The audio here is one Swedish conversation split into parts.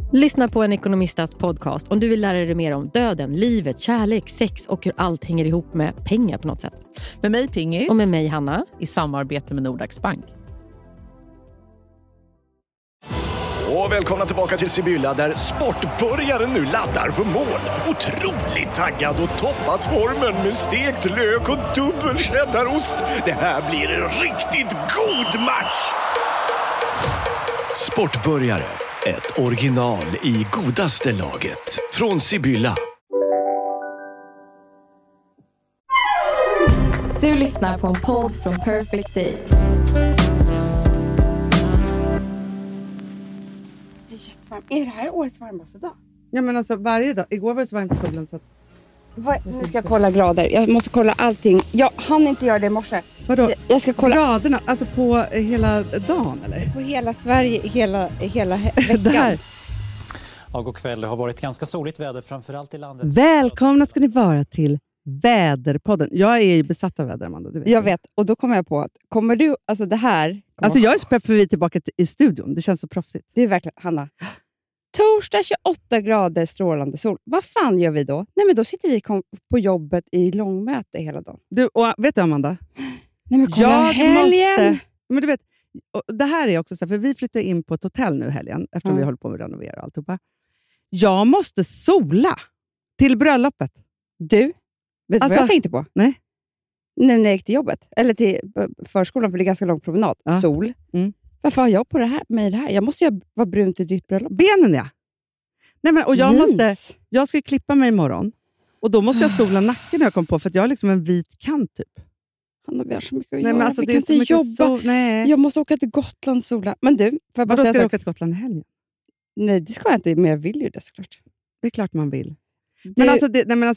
Lyssna på en ekonomistas podcast om du vill lära dig mer om döden, livet, kärlek, sex och hur allt hänger ihop med pengar på något sätt. Med mig Pingis. Och med mig Hanna. I samarbete med Nordax Bank. Och välkomna tillbaka till Sibylla där sportbörjaren nu laddar för mål. Otroligt taggad och toppat formen med stekt lök och dubbel cheddarost. Det här blir en riktigt god match! Sportbörjare, ett original i godaste laget. Från Sibylla. Du lyssnar på en podd från Perfect Day. Är det här årets varmaste dag? Ja, men alltså varje dag. Igår var det så varmt i solen så att... Nu ska jag kolla grader. Jag måste kolla allting. Jag hann inte göra det i morse. Vadå? Jag ska kolla graderna, alltså på hela dagen eller? på hela Sverige, hela veckan. Det här. Ja, god kväll. Det har varit ganska soligt väder framförallt i landet. Välkomna ska ni vara till Väderpodden. Jag är ju besatt av väder, Amanda. Du vet Jag vet, och då kommer jag på att kommer du, alltså det här... Alltså jag är så pepp för vi är tillbaka i studion. Det känns så proffsigt. Det är verkligen, Hanna. Torsdag 28 grader strålande sol. Vad fan gör vi då? Nej, men då sitter vi på jobbet i långmöte hela dagen. Du, och vet du Amanda? Nej, men kolla helgen! Men du vet, och det här är också så här, för vi flyttar in på ett hotell nu helgen eftersom vi håller på med att renovera och alltihopa. Jag måste sola till bröllopet. Du, vet du vad jag tänkte på? Nej. Nu när jag gick till jobbet, eller till förskolan, för det är ganska lång promenad. Ja. Sol. Mm. Varför har jag på med det här? Jag måste ju vara brun till ditt bröllop. Benen, ja. Nej, men, och jag ska ju klippa mig imorgon. Och då måste jag sola nacken när jag kom på, för att jag har liksom en vit kant typ. Hanna, vi har så mycket att Nej, göra. men alltså, vi det kan är inte jobba. Nej. Jag måste åka till Gotland sola. Men du, får jag bara Vadå, säga ska du så? åka till Gotland i helgen? Nej, det ska jag inte, men jag vill ju det såklart. Det är klart man vill. Men alltså,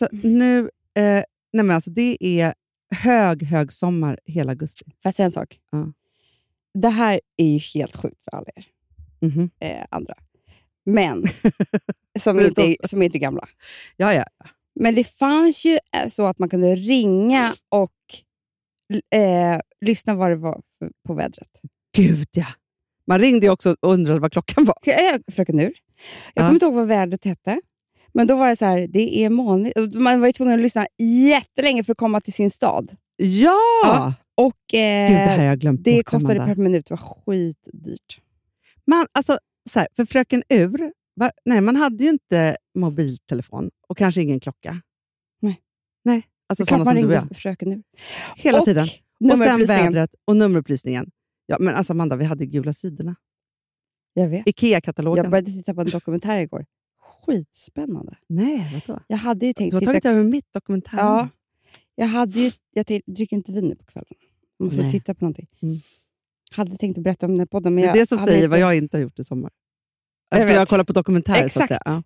det är hög sommar hela augusti. Får jag säga en sak? Ja. Det här är ju helt sjukt för alla er. Mhm. Andra. Men, som inte är gamla. Ja. Men det fanns ju så att man kunde ringa och lyssna vad det var på vädret. Gud, ja. Man ringde ju också och undrade vad klockan var. Fröken Ur. Jag kommer inte ihåg vad vädret hette. Men då var det så här, det är molnigt. Man var ju tvungen att lyssna jättelänge för att komma till sin stad. Ja! Och Gud, det här har jag glömt det bort, kostade Amanda. per minut, det var skitdyrt. Alltså, så här, för Fröken Ur, man hade ju inte mobiltelefon och kanske ingen klocka. Nej. Alltså sådana som du och jag. Fröken Ur. Hela tiden. Och sen vädret och nummerupplysningen. Ja, men alltså Amanda, vi hade gula sidorna. Jag vet. IKEA-katalogen. Jag började titta på en dokumentär igår. Skitspännande. Nej, vadå? Jag hade ju tänkt... Du har tagit över mitt dokumentär. Ja. Jag dricker inte vin på kvällen. Jag måste titta på någonting. Hade tänkt att berätta om den här podden. Men det är det som säger vad jag inte har gjort i sommar. Efter jag har kollat på dokumentärer. Exakt. Så att säga.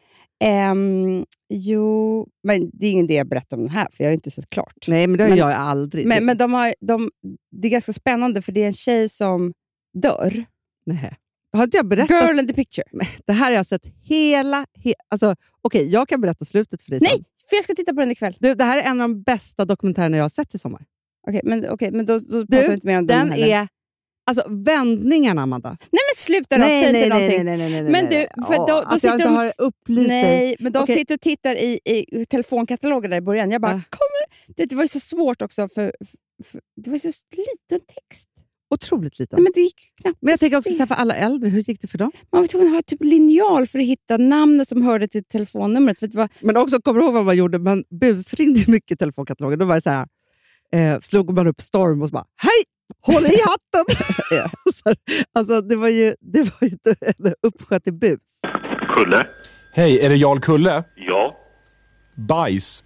Jo, men det är ingen idé jag berättar om den här, för jag har inte sett klart. Nej, men det har jag aldrig. Men det är ganska spännande, för det är en tjej som dör. Nej. Har inte jag berättat? Girl in the picture. Det här har jag sett alltså, okej, jag kan berätta slutet för dig. Nej, för jag ska titta på den ikväll. Det här är en av de bästa dokumentärerna jag har sett i sommar. Okej, men då pratar vi inte mer om den här. Är... Alltså, vändningarna, Amanda. Nej, men sluta då. Säg inte någonting. Nej. Men du, för då sitter de... har upplyst dig. Men de sitter och tittar i telefonkatalogen där i början. Jag bara, det var ju så svårt också, för det var så liten text. Otroligt liten. Nej, men det gick knappt. Men jag tänker också så här, för alla äldre, hur gick det för dem? Man var tvungen att ha typ linjal för att hitta namnet som hörde till telefonnumret. För det var... Men också, kommer du ihåg vad man gjorde? Man busringde mycket i telefonkatalogen. Då var det så här, slog man upp storm och så bara, hej! Håll i hatten! Alltså, det var ju en uppskjut i bus. Kulle? Hej, är det Jarl Kulle? Ja. Bajs.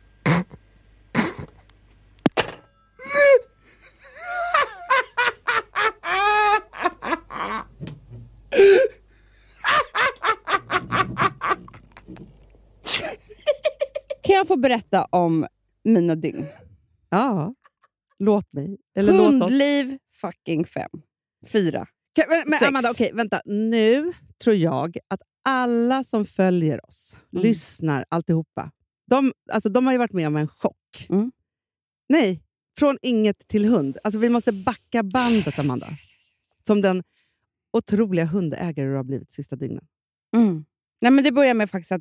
Kan jag få berätta om mina dygn? Ja. Låt mig. Eller Hundliv fucking 5. 4. Men Amanda, okej, vänta. Nu tror jag att alla som följer oss, lyssnar, alltihopa, de har ju varit med om en chock. Nej, från inget till hund. Alltså vi måste backa bandet, Amanda. Som den otroliga hundägare du har blivit sista dygnen. Nej, men det börjar med faktiskt att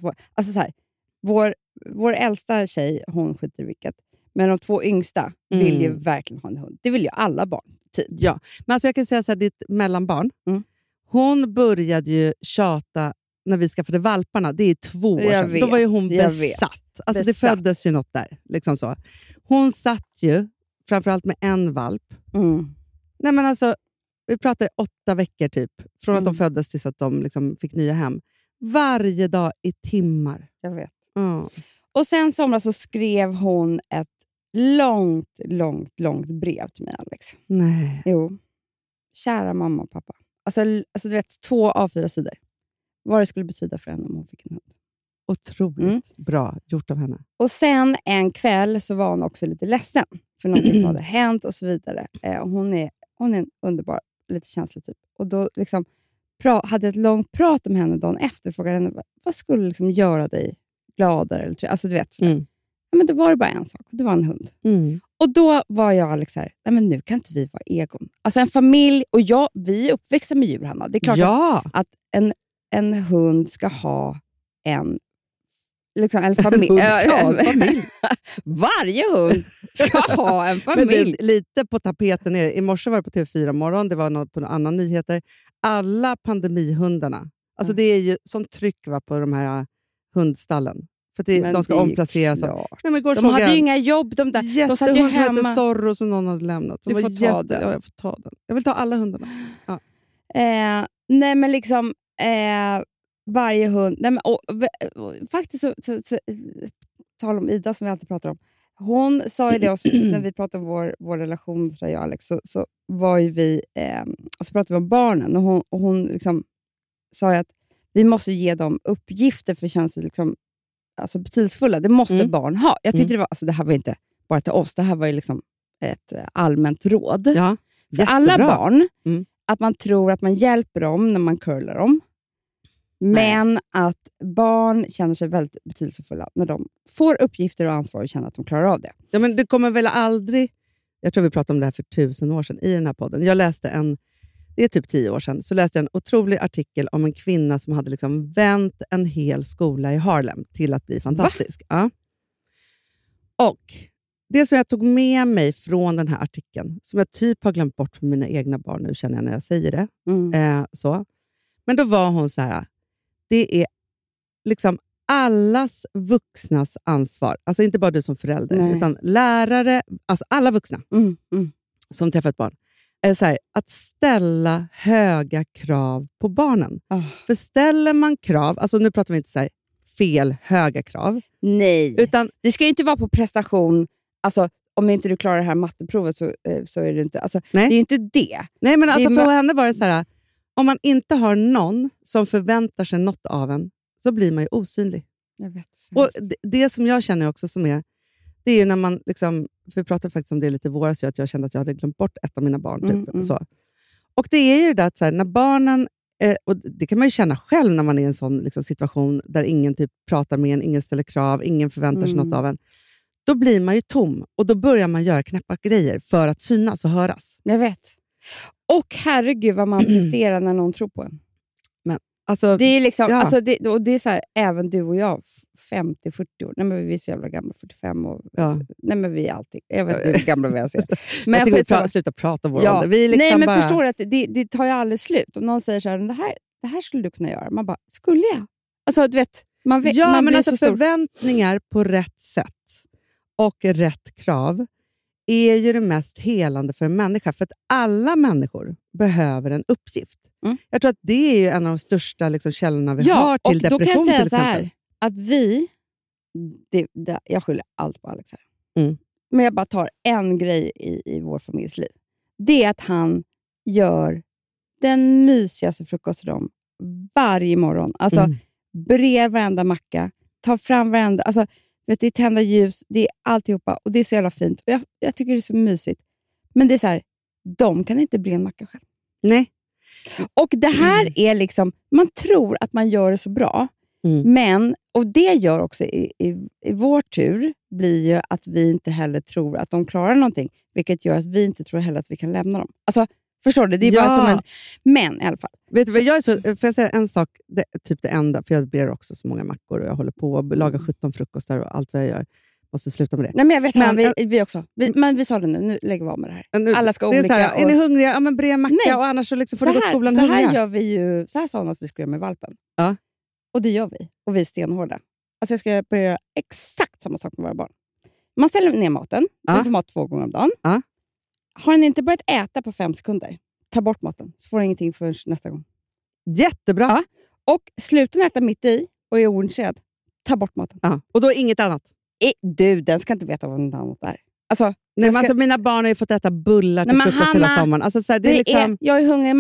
vår äldsta tjej, hon skiter i vilket. Men de 2 yngsta vill ju verkligen ha en hund. Det vill ju alla barn, typ. Ja, men alltså jag kan säga så här, ditt mellanbarn. Hon började ju tjata när vi skaffade valparna. Det är 2 år sedan. Då var ju hon besatt. Alltså det föddes ju något där. Liksom så. Hon satt ju framförallt med en valp. Nej, men alltså, vi pratar 8 veckor typ. Från att de föddes tills att de liksom fick nya hem. Varje dag i timmar. Jag vet. Och sen somras så skrev hon ett långt brev till mig, Alex. Nej. Jo. Kära mamma och pappa. Alltså du vet, 2 A4 sidor. Vad det skulle betyda för henne om hon fick en hund. Otroligt bra gjort av henne. Och sen en kväll så var hon också lite ledsen för någonting som hade hänt och så vidare. Hon är en underbar, lite känslig typ. Och då liksom hade ett långt prat med henne dagen efter. Frågade henne, vad skulle liksom göra dig gladare? Eller, alltså du vet sådär. Ja, men då var det bara en sak. Det var en hund. Och då var jag Alex här, nej men nu kan inte vi vara Egon. Alltså en familj, och vi är uppväxta med djur, Hanna. Det är klart att en hund ska ha en familj. Familj. Varje hund ska ha en familj. Men lite på tapeten är det. I morse var det på TV4 morgon. Det var något på några andra nyheter. Alla pandemihundarna. Alltså det är ju sånt tryck på de här hundstallen. För att de ska omplaceras. Nej, men de hade ju inga jobb. De satt ju hemma. Jättehund Zorro som någon hade lämnat. Du får ta den. Ja, jag får ta den. Jag vill ta alla hundarna. Ja. Nej men liksom varje hund. Nej, men, faktiskt så tal om Ida som vi alltid pratar om. Hon sa ju det oss när vi pratade om vår relation, så jag och Alex, så var ju vi och så pratade vi om barnen, och hon liksom sa ju att vi måste ge dem uppgifter för känslor liksom, alltså betydelsefulla. Det måste barn ha. Jag tyckte det här var inte bara till oss, det här var ju liksom ett allmänt råd. Ja, för alla barn, att man tror att man hjälper dem när man curlar dem. Men att barn känner sig väldigt betydelsefulla när de får uppgifter och ansvar och känner att de klarar av det. Ja, men det kommer väl aldrig... Jag tror vi pratade om det här för 1000 år sedan i den här podden. Jag läste det är typ 10 år sedan, så läste jag en otrolig artikel om en kvinna som hade liksom vänt en hel skola i Harlem till att bli fantastisk. Ja. Och det som jag tog med mig från den här artikeln, som jag typ har glömt bort med mina egna barn, nu känner jag när jag säger det. Så. Men då var hon så här: det är liksom allas vuxnas ansvar. Alltså inte bara du som förälder, utan lärare, alltså alla vuxna som träffar ett barn. Är så här, att ställa höga krav på barnen. För ställer man krav, alltså nu pratar vi inte så här fel höga krav. Nej, utan det ska ju inte vara på prestation. Alltså om inte du klarar det här matteprovet så är det inte. Alltså, det är ju inte det. Nej, men alltså för henne var det så här: om man inte har någon som förväntar sig något av en, så blir man ju osynlig. Jag vet. Och det som jag känner också som är, det är ju när man liksom, för vi pratade faktiskt om det lite i våras, så att jag kände att jag hade glömt bort ett av mina barn. Typ, så. Och det är ju det att så här, när barnen, och det kan man ju känna själv när man är i en sån liksom, situation där ingen typ pratar med en, ingen ställer krav, ingen förväntar sig något av en. Då blir man ju tom och då börjar man göra knäppa grejer för att synas och höras. Jag vet. Och herregud vad man presterar när någon tror på en. Men, alltså, det är liksom, alltså och det är så här, även du och jag, 50-40 år. Nej, men vi är så jävla gamla, 45 år. Nej, men vi är alltid. Jag vet inte hur gamla vi är. Men jag tycker vi sluta prata om vår ålder. Vi liksom nej, men bara... förstår att det tar ju aldrig slut. Om någon säger så här, det här skulle du kunna göra. Man bara, skulle jag? Alltså, du vet, man men blir alltså så förväntningar på rätt sätt och rätt krav är ju det mest helande för en människa. För att alla människor behöver en uppgift. Jag tror att det är ju en av de största liksom, källorna vi har till depression. Då kan jag säga så här, att jag skyller allt på Alex här. Men jag bara tar en grej i vår familjs liv. Det är att han gör den mysigaste frukosten varje morgon. Alltså bred varenda macka, tar fram varenda... Alltså, det är tända ljus, det är alltihopa och det är så jävla fint. Och jag tycker det är så mysigt. Men det är så här, de kan inte bli en macka själv. Nej. Och det här är liksom, man tror att man gör det så bra. Men, och det gör också i vår tur, blir ju att vi inte heller tror att de klarar någonting. Vilket gör att vi inte tror heller att vi kan lämna dem. Alltså, Förstår du? Det är bara som en... Men i alla fall. Vet du vad jag är så... Får jag säga en sak? Typ det enda. För jag blir också så många mackor och jag håller på och lagar 17 frukostar och allt vad jag gör. Måste sluta med det. Nej, men jag vet, men vi också. Men vi sa det nu vi av med det här. Nu, alla ska det är olika. Så här, är ni hungriga? Ja, men bre macka och annars så liksom får du gå till skolan hungriga. Så här gör vi ju... Så här sa hon att vi skulle göra med valpen. Ja. Och det gör vi. Och vi är stenhårda. Alltså jag ska börja göra exakt samma sak med våra barn. Man ställer ner maten. Man får mat 2 gånger om dagen. Ja. Har ni inte börjat äta på 5 sekunder? Ta bort maten. Så får ni ingenting för nästa gång. Jättebra. Ja. Och sluta äta mitt i och är ointresserad. Ta bort maten. Ja. Och då inget annat. Den ska inte veta vad något annat är. Alltså, mina barn har ju fått äta bullar till frukost hela sommaren. Alltså, så här, det är liksom... jag är hungrig,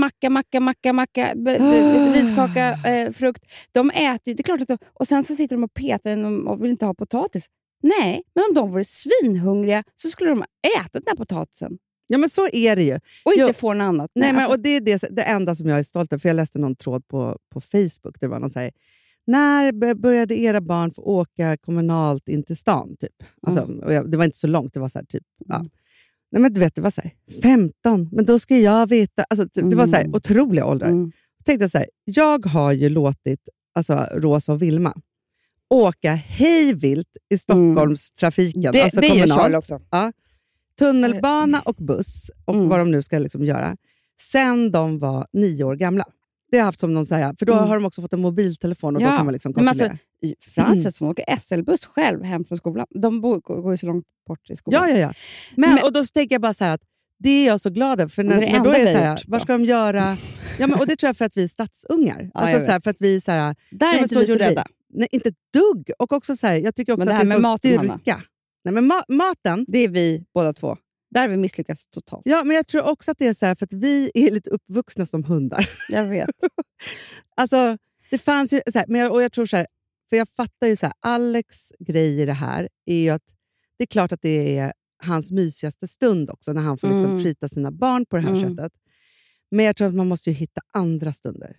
macka, riskaka, frukt. De äter, det är klart att och sen så sitter de och petar och vill inte ha potatis. Nej, men om de vore svinhungriga så skulle de ha ätit den här potatisen. Ja, men så är det ju. Och inte få något annat. Nej, men, och det är det enda som jag är stolt över. För jag läste någon tråd på Facebook. Det var någon så här, när började era barn få åka kommunalt in till stan? Typ? Alltså, det var inte så långt. Det var så här, typ... Ja. Nej, men du vet, det var så här, 15. Men då ska jag veta... Alltså, det var så här, otroliga åldrar. Jag tänkte så här, jag har ju låtit Rosa och Vilma åka hejvilt i Stockholmstrafiken. Det, alltså det kommunalt. gör Charlie också. Ja. Tunnelbana och buss och vad de nu ska liksom göra. Sen de var 9 år gamla. Det har haft som någon så här, för då har de också fått en mobiltelefon och då kan man liksom kontrollera. Men alltså, Frances som åker SL-buss själv hem från skolan. De går ju så långt bort i skolan. Ja. Men och då tänker jag bara så här att det är jag så glad över. För när då är det så här, vad ska de göra? Ja, men, och det tror jag för att vi är stadsungar. Alltså så här, för att vi så här... Där är inte vi så rädda. Nej, inte ett dugg. Och också så här, jag tycker också att det är så styrka. Nej, men maten... Det är vi båda två. Där har vi misslyckats totalt. Ja, men jag tror också att det är så här för att vi är lite uppvuxna som hundar. Jag vet. Alltså, det fanns ju så här, men jag tror så här, för jag fattar ju så här, Alex grej i det här är ju att det är klart att det är hans mysigaste stund också när han får liksom treata sina barn på det här sättet. Men jag tror att man måste ju hitta andra stunder.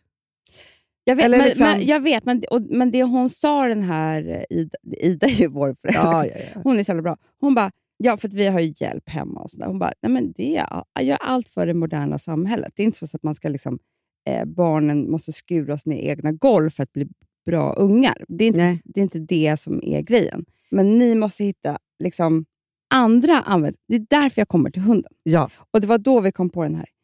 Jag vet, liksom... jag vet men det hon sa, den här Ida är ju vår förälder. Ja. Hon är så bra. Hon bara, ja, för att vi har ju hjälp hemma och sådär. Hon bara, nej men jag gör allt för det moderna samhället. Det är inte så att man ska liksom, barnen måste skura sina egna golv för att bli bra ungar. Det är inte det som är grejen. Men ni måste hitta liksom andra användningar. Det är därför jag kommer till hunden. Ja. Och det var då vi kom på den här.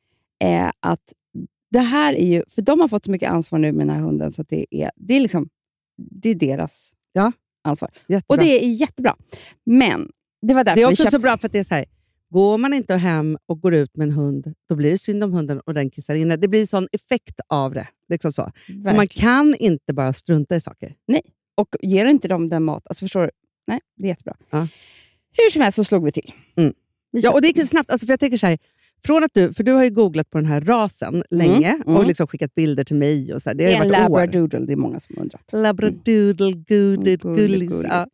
Att det här är ju, för de har fått så mycket ansvar nu med den här hunden så att det är liksom, det är deras ansvar. Jättebra. Och det är jättebra. Men det var därför det är också så bra för att det är så här, går man inte hem och går ut med en hund, då blir det synd om hunden och den kissar inne. Det blir sån effekt av det. Liksom så. Så man kan inte bara strunta i saker. Nej, och ger inte dem den mat. Alltså förstår du? Nej, det är jättebra. Ja. Hur som helst så slog vi till. Ja, och det gick ju snabbt. Alltså, för jag tänker så här, från att du har ju googlat på den här rasen länge och liksom skickat bilder till mig. Och så här, det är en labradoodle, det är många som undrat. Labradoodle, gullis.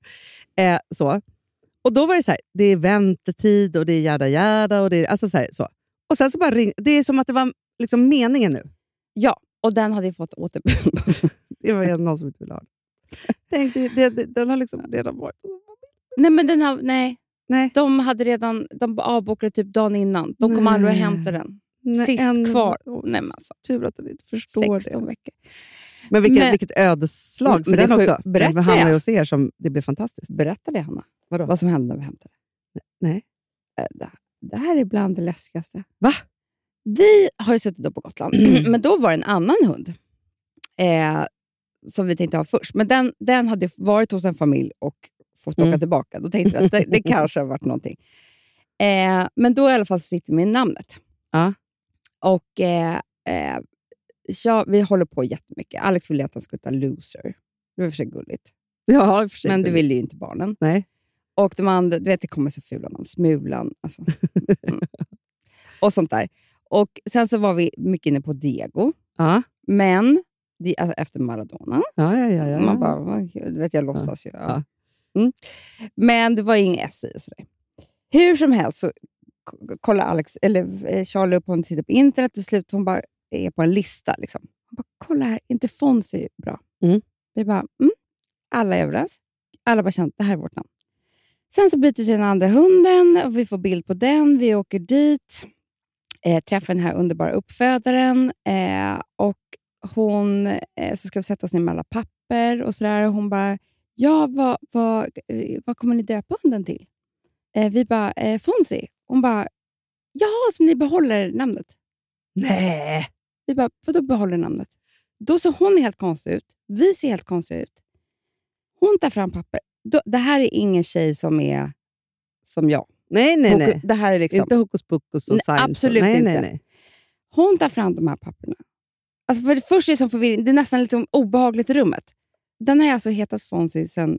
Ja. Så. Och då var det så här, det är väntetid och det är jäda och det är alltså så. Och sen så bara det är som att det var liksom meningen nu. Ja, och den hade fått återbud. Det var någon som inte ville ha det. Den har liksom redan varit. Nej, men nej. De hade redan avbokade typ dagen innan. De kom aldrig att hämta den. Sist kvar. Nej, men alltså. Tur att den inte förstår 16 det. veckor. Men vilket ödesslag för den också. Berätta hamnar hos er som det blir fantastiskt. Berätta det, Hanna. Vadå? Vad som hände när vi hämtade. Nej. Det här är bland det läskigaste. Va? Vi har ju suttit på Gotland. Men då var det en annan hund. Som vi tänkte ha först. Men den hade varit hos en familj och fått åka tillbaka. Då tänkte vi att det kanske har varit någonting. Men då i alla fall så sitter vi med namnet. Ja. Och vi håller på jättemycket. Alex ville att han skulle ta Loser. Det var för sig gulligt. Ja, för sig. Men det ville ju inte barnen. Nej. Och de andra, du vet, det kommer så fula namn. Smulan. Alltså. Och sånt där. Och sen så var vi mycket inne på Diego. Ja. Men efter Maradona. Ja. Man bara, du vet, jag låtsas ju. Ja. Men det var ingen SI och sådär. Hur som helst så kollar Alex, eller Charlie upp, hon tittar på internet, till slut hon bara är på en lista liksom. Hon bara, kolla här, Interfons är ju bra. Vi bara, alla är överens. Alla bara känner, det här är vårt namn. Sen så byter vi till den andra hunden och vi får bild på den, vi åker dit. träffar den här underbara uppfödaren. Och hon, så ska vi sätta oss ner med alla papper och sådär. Och hon bara, ja, vad kommer ni döpa hunden till? Vi bara, Fonzie. Hon bara, ja, så ni behåller namnet? Nej. Vi bara, vadå behåller namnet? Då ser hon helt konstig ut. Vi ser helt konstig ut. Hon tar fram papper. Det här är ingen tjej som är som jag. Nej. Det här är liksom, inte hokus pokus och science. Absolut inte. Nej. Hon tar fram de här papperna. Alltså för det första är det som förvirring. Det är nästan lite obehagligt i rummet. Den har alltså hetat Fonzie sedan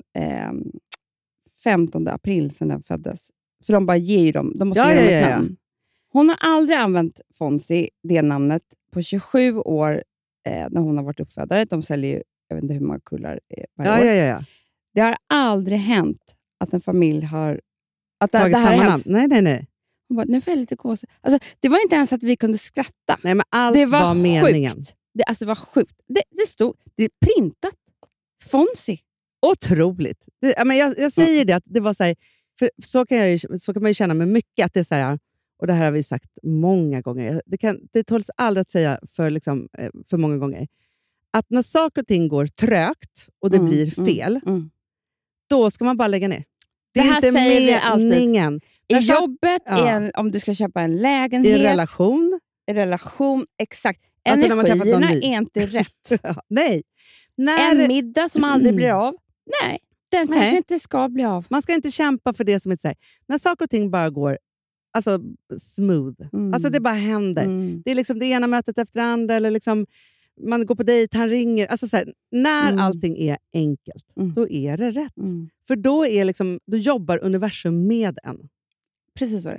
15 april sedan den föddes. För de bara ger ju dem. De måste ge dem ett namn. Hon har aldrig använt Fonzie, det namnet, på 27 år när hon har varit uppfödare. De säljer ju, jag vet inte hur många kullar varje år. Ja. Det har aldrig hänt att en familj har tagit det här samma har namn. hänt. Nej. Hon bara, nu får jag lite gåshud. Alltså, det var inte ens att vi kunde skratta. Nej, men allt det var meningen. Sjukt. Det var sjukt. Det är printat. Fonzie. Otroligt. Jag säger det, att det var så här, för så kan man ju känna med mycket, att det är så här, och det här har vi sagt många gånger. Det tåls aldrig att säga för många gånger. Att när saker och ting går trögt och det blir fel, då ska man bara lägga ner. Det är inte meningen. I jobbet, om du ska köpa en lägenhet. I relation, exakt. Alltså Energierna är inte rätt. Nej. En middag som aldrig blir av. Nej, den kanske inte ska bli av. Man ska inte kämpa för det som är så här. När saker och ting bara går smooth. Alltså det bara händer. Det är liksom det ena mötet efter det andra. Eller liksom, man går på dejt, han ringer. Alltså så här, när allting är enkelt, då är det rätt. För då jobbar universum med en. Precis så är det.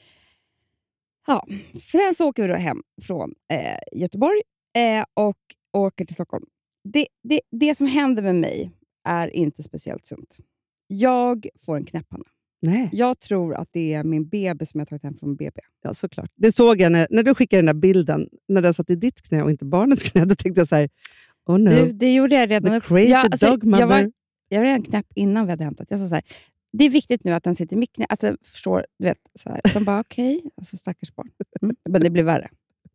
Ja. Sen så åker vi då hem från Göteborg och åker till Stockholm. Det som händer med mig är inte speciellt sunt. Jag får en knäpphanna. Nej. Jag tror att det är min bebis som jag tagit hem från BB. Ja, såklart. Det såg jag när du skickade den där bilden, när den satt i ditt knä och inte barnets knä. Då tänkte jag så här, oh no. Det gjorde jag redan. The crazy dog mother. Jag var redan knäpp innan vi hade hämtat. Jag sa så här, det är viktigt nu att den sitter i mitt knä, att den förstår, du vet, så här. De bara okej, alltså stackars barn. Men det blir värre.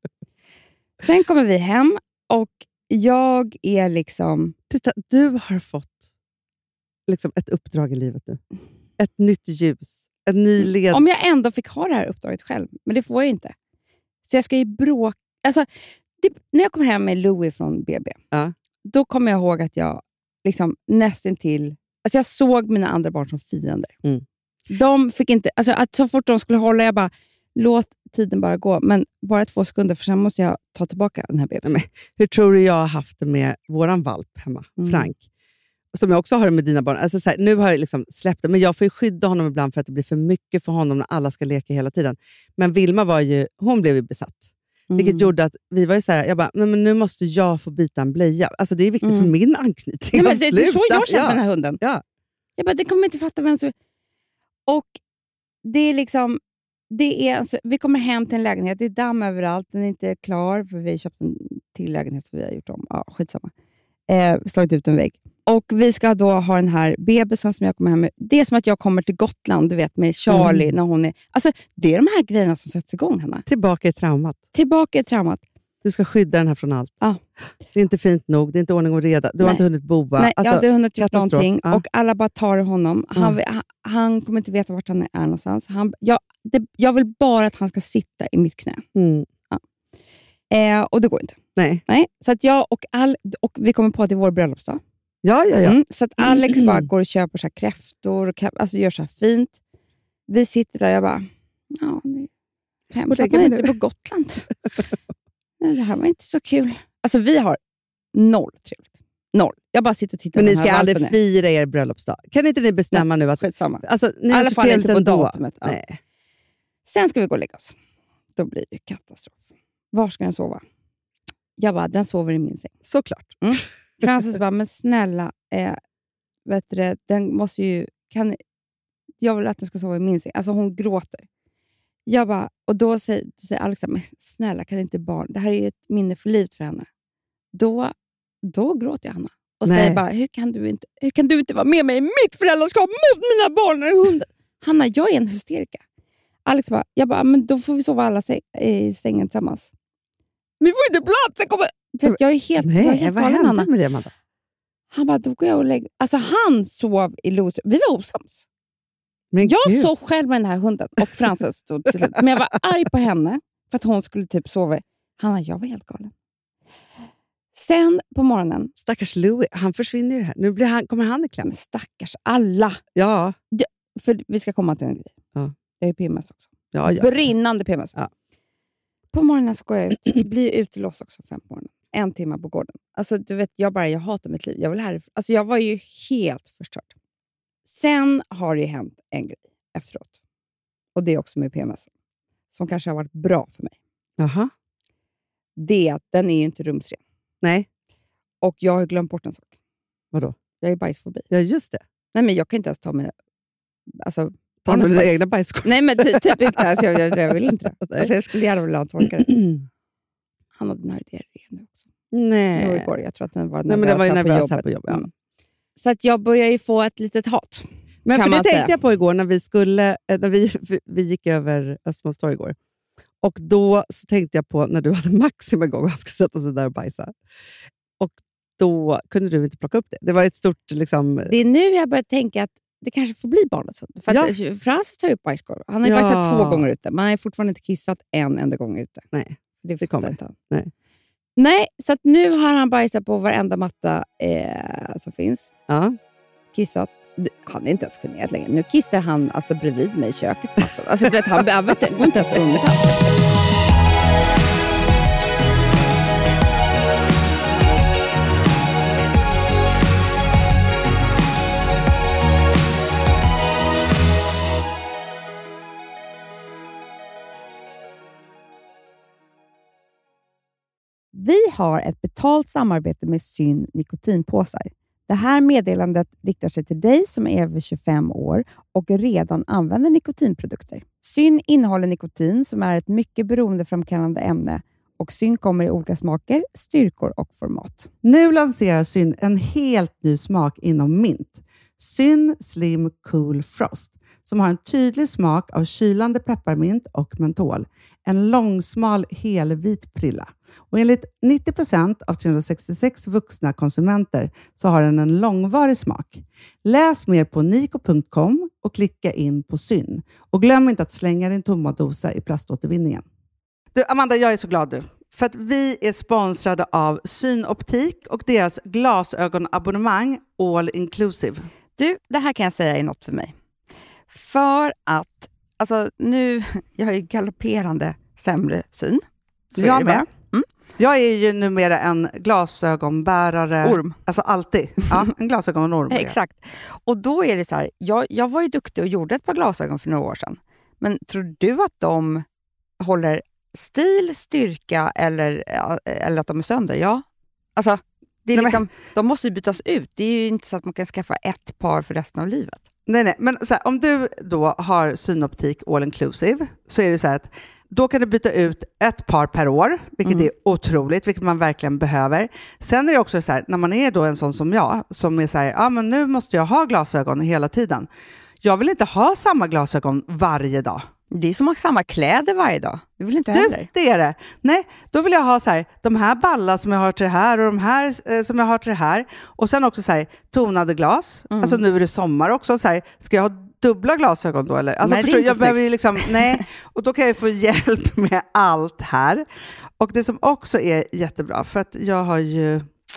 Sen kommer vi hem och jag är liksom... Titta, du har fått ett uppdrag i livet nu. Ett nytt ljus. En ny led. Om jag ändå fick ha det här uppdraget själv. Men det får jag inte. Så jag ska ju bråka. Alltså, när jag kom hem med Louis från BB. Då kommer jag ihåg att jag nästintill... Alltså jag såg mina andra barn som fiender. De fick inte... Alltså att så fort de skulle hålla, jag bara... Låt tiden bara gå. Men bara 2 sekunder, för sen måste jag ta tillbaka den här bebisen. Men hur tror du jag har haft det med våran valp hemma, Frank? Som jag också har det med dina barn. Alltså så här, nu har jag släppt det, men jag får ju skydda honom ibland för att det blir för mycket för honom när alla ska leka hela tiden. Men Vilma hon blev ju besatt. Vilket gjorde att vi var ju så här, jag bara, men nu måste jag få byta en blöja. Alltså det är viktigt för min anknytning. Nej, men det är så jag känner med den här hunden. Ja. Jag bara, det kommer inte fatta vem som... Och det är vi kommer hem till en lägenhet. Det är damm överallt. Den är inte klar. För vi har köpt en till lägenhet som vi har gjort om. Ja, skitsamma. Slagit ut en vägg. Och vi ska då ha den här bebisen som jag kommer hem med. Det är som att jag kommer till Gotland, du vet, med Charlie när hon är... Alltså, det är de här grejerna som sätts igång, Hanna. Tillbaka i traumat. Du ska skydda den här från allt. Ja. Det är inte fint nog. Det är inte ordning och reda. Du har inte hunnit boa. Nej, jag har inte hunnit göra någonting. Ja. Och alla bara tar honom. Han kommer inte veta vart han är någonstans. Jag vill bara att han ska sitta i mitt knä. Ja. Och det går inte. Nej. Så att jag och vi kommer på att det är vår bröllopsdag. Ja. Så att Alex bara går och köper så här kräftor och gör så här fint. Vi sitter där och jag bara, det är hemskt att man inte är på Gotland. Nej, det här var inte så kul. Alltså vi har 0 trevligt. 0. Jag bara sitter och tittar. Men ni ska aldrig fira er bröllopsdag. Kan inte ni bestämma nu att... Skitsamma. Alltså, ni i alla fall inte på datumet. Ja. Nej. Sen ska vi gå och lägga oss. Då blir det katastrof. Var ska den sova? Jag bara, den sover i min säng. Såklart. Francis bara, men snälla, vet du, den måste ju... jag vill att den ska sova i min säng. Alltså hon gråter. Jag bara, och då säger Alex, men snälla, kan inte barn... Det här är ju ett minne för livet för henne. Då gråter jag, Hanna. Och säger bara, hur kan du inte vara med mig i mitt föräldraskap mot mina barn och hunden? Hanna, jag är en hysterika. Alex bara, jag bara, men då får vi sova alla i sängen tillsammans. Men vi får inte plats! Jag är helt vad galen, hände med det, Amanda? Han bara, då går jag och lägger... Alltså han sov i Los. Vi var osams. Men jag sov själv med den här hunden och Frances stod till slut. Men jag var arg på henne för att hon skulle typ sova. Jag var helt galen. Sen på morgonen... Stackars Louis, han försvinner ju här. Nu kommer han i kläm. Stackars alla. Ja. För vi ska komma till en grej. Ja. Jag är PMS också. Ja. Brinnande PMS. Ja. På morgonen så går jag ut. Blir utelåst också 5 på morgonen. 1 timme på gården. Alltså du vet, jag hatar mitt liv. Jag vill härifrån. Alltså jag var ju helt förstörd. Sen har det hänt en grej efteråt. Och det är också med PMS. Som kanske har varit bra för mig. Jaha. Det är att den är ju inte rumsren. Nej. Och jag har glömt bort en sak. Vadå? Jag är bajsfobi. Ja, just det. Nej, men jag kan inte ens ta mig... Alltså, ta med dina egna bajskorv. Nej, men typ inte. Alltså, jag vill inte det. Alltså, jag skulle gärna vilja ha en torkare. Han hade nöjd diarré nu också. Nej. Nu igår. Jag tror att den var nervös, nej, men den var ju nervös här på jobbet. Ja. Så att jag börjar ju få ett litet hat. Men för det tänkte jag på igår när vi gick över Östmålstorg igår. Och då så tänkte jag på när du hade Maxim en gång och han skulle sätta sig där och bajsa. Och då kunde du inte plocka upp det. Det var ett stort... Liksom... Det är nu jag börjar tänka att det kanske får bli barnets hund. För att Francis tar upp bajskorv. Han har ju bajsat 2 gånger ute. Men han har fortfarande inte kissat en enda gång ute. Nej, det kommer inte. Nej, så att nu har han bajsat på varenda matta som finns. Ja. Kissat. Han är inte ens generad längre. Nu kissar han alltså bredvid mig i köket. Alltså, du vet, han går inte ens under tapp. Vi har ett betalt samarbete med Syn nikotinpåsar. Det här meddelandet riktar sig till dig som är över 25 år och redan använder nikotinprodukter. Syn innehåller nikotin som är ett mycket beroendeframkallande ämne och Syn kommer i olika smaker, styrkor och format. Nu lanserar Syn en helt ny smak inom mint. Syn Slim Cool Frost som har en tydlig smak av kylande pepparmint och mentol. En långsmal helvit prilla. Och enligt 90% av 366 vuxna konsumenter så har den en långvarig smak. Läs mer på niko.com och klicka in på Syn. Och glöm inte att slänga din tomma dosa i plaståtervinningen. Du, Amanda, jag är så glad du. För att vi är sponsrade av Synoptik och deras glasögonabonnemang All Inclusive. Du, det här kan jag säga är något för mig. För att, alltså nu, jag har ju galopperande sämre syn. Så jag är med. Jag är ju numera en glasögonbärare. Orm. Alltså alltid. Ja, en glasögonorm. Exakt. Och då är det så här, jag var ju duktig och gjorde ett par glasögon för några år sedan. Men tror du att de håller stil, styrka eller att de är sönder? Ja. Alltså, det är liksom, de måste ju bytas ut. Det är ju inte så att man kan skaffa ett par för resten av livet. Nej. Men så här, om du då har Synoptik All Inclusive så är det så här att då kan du byta ut ett par per år, vilket är otroligt, vilket man verkligen behöver. Sen är det också så här, när man är då en sån som jag, som är så här, men nu måste jag ha glasögon hela tiden. Jag vill inte ha samma glasögon varje dag. Det är som att ha samma kläder varje dag. Det vill inte heller. Det är det. Nej, då vill jag ha så här, de här ballar som jag har till det här och de här som jag har till det här. Och sen också så här, tonade glas. Alltså nu är det sommar också. Så här, ska jag ha dubbla glasögon då? Eller? Alltså, nej, förstår, jag behöver ju liksom, nej. Och då kan jag få hjälp med allt här. Och det som också är jättebra, för att jag har ju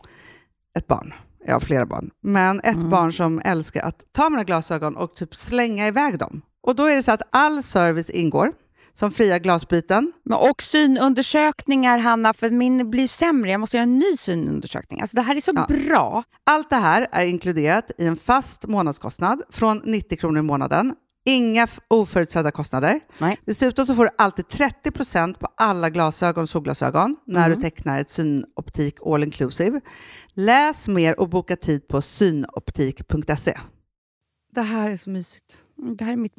ett barn. Jag har flera barn. Men ett barn som älskar att ta mina glasögon och typ slänga iväg dem. Och då är det så att all service ingår. Som fria glasbyten. Men och synundersökningar, Hanna, för min blir sämre. Jag måste göra en ny synundersökning. Alltså det här är så bra. Allt det här är inkluderat i en fast månadskostnad från 90 kronor i månaden. Inga oförutsedda kostnader. Nej. Dessutom så får du alltid 30% på alla glasögon och solglasögon när du tecknar ett Synoptik All Inclusive. Läs mer och boka tid på synoptik.se. Det här är så mysigt. Det här är mitt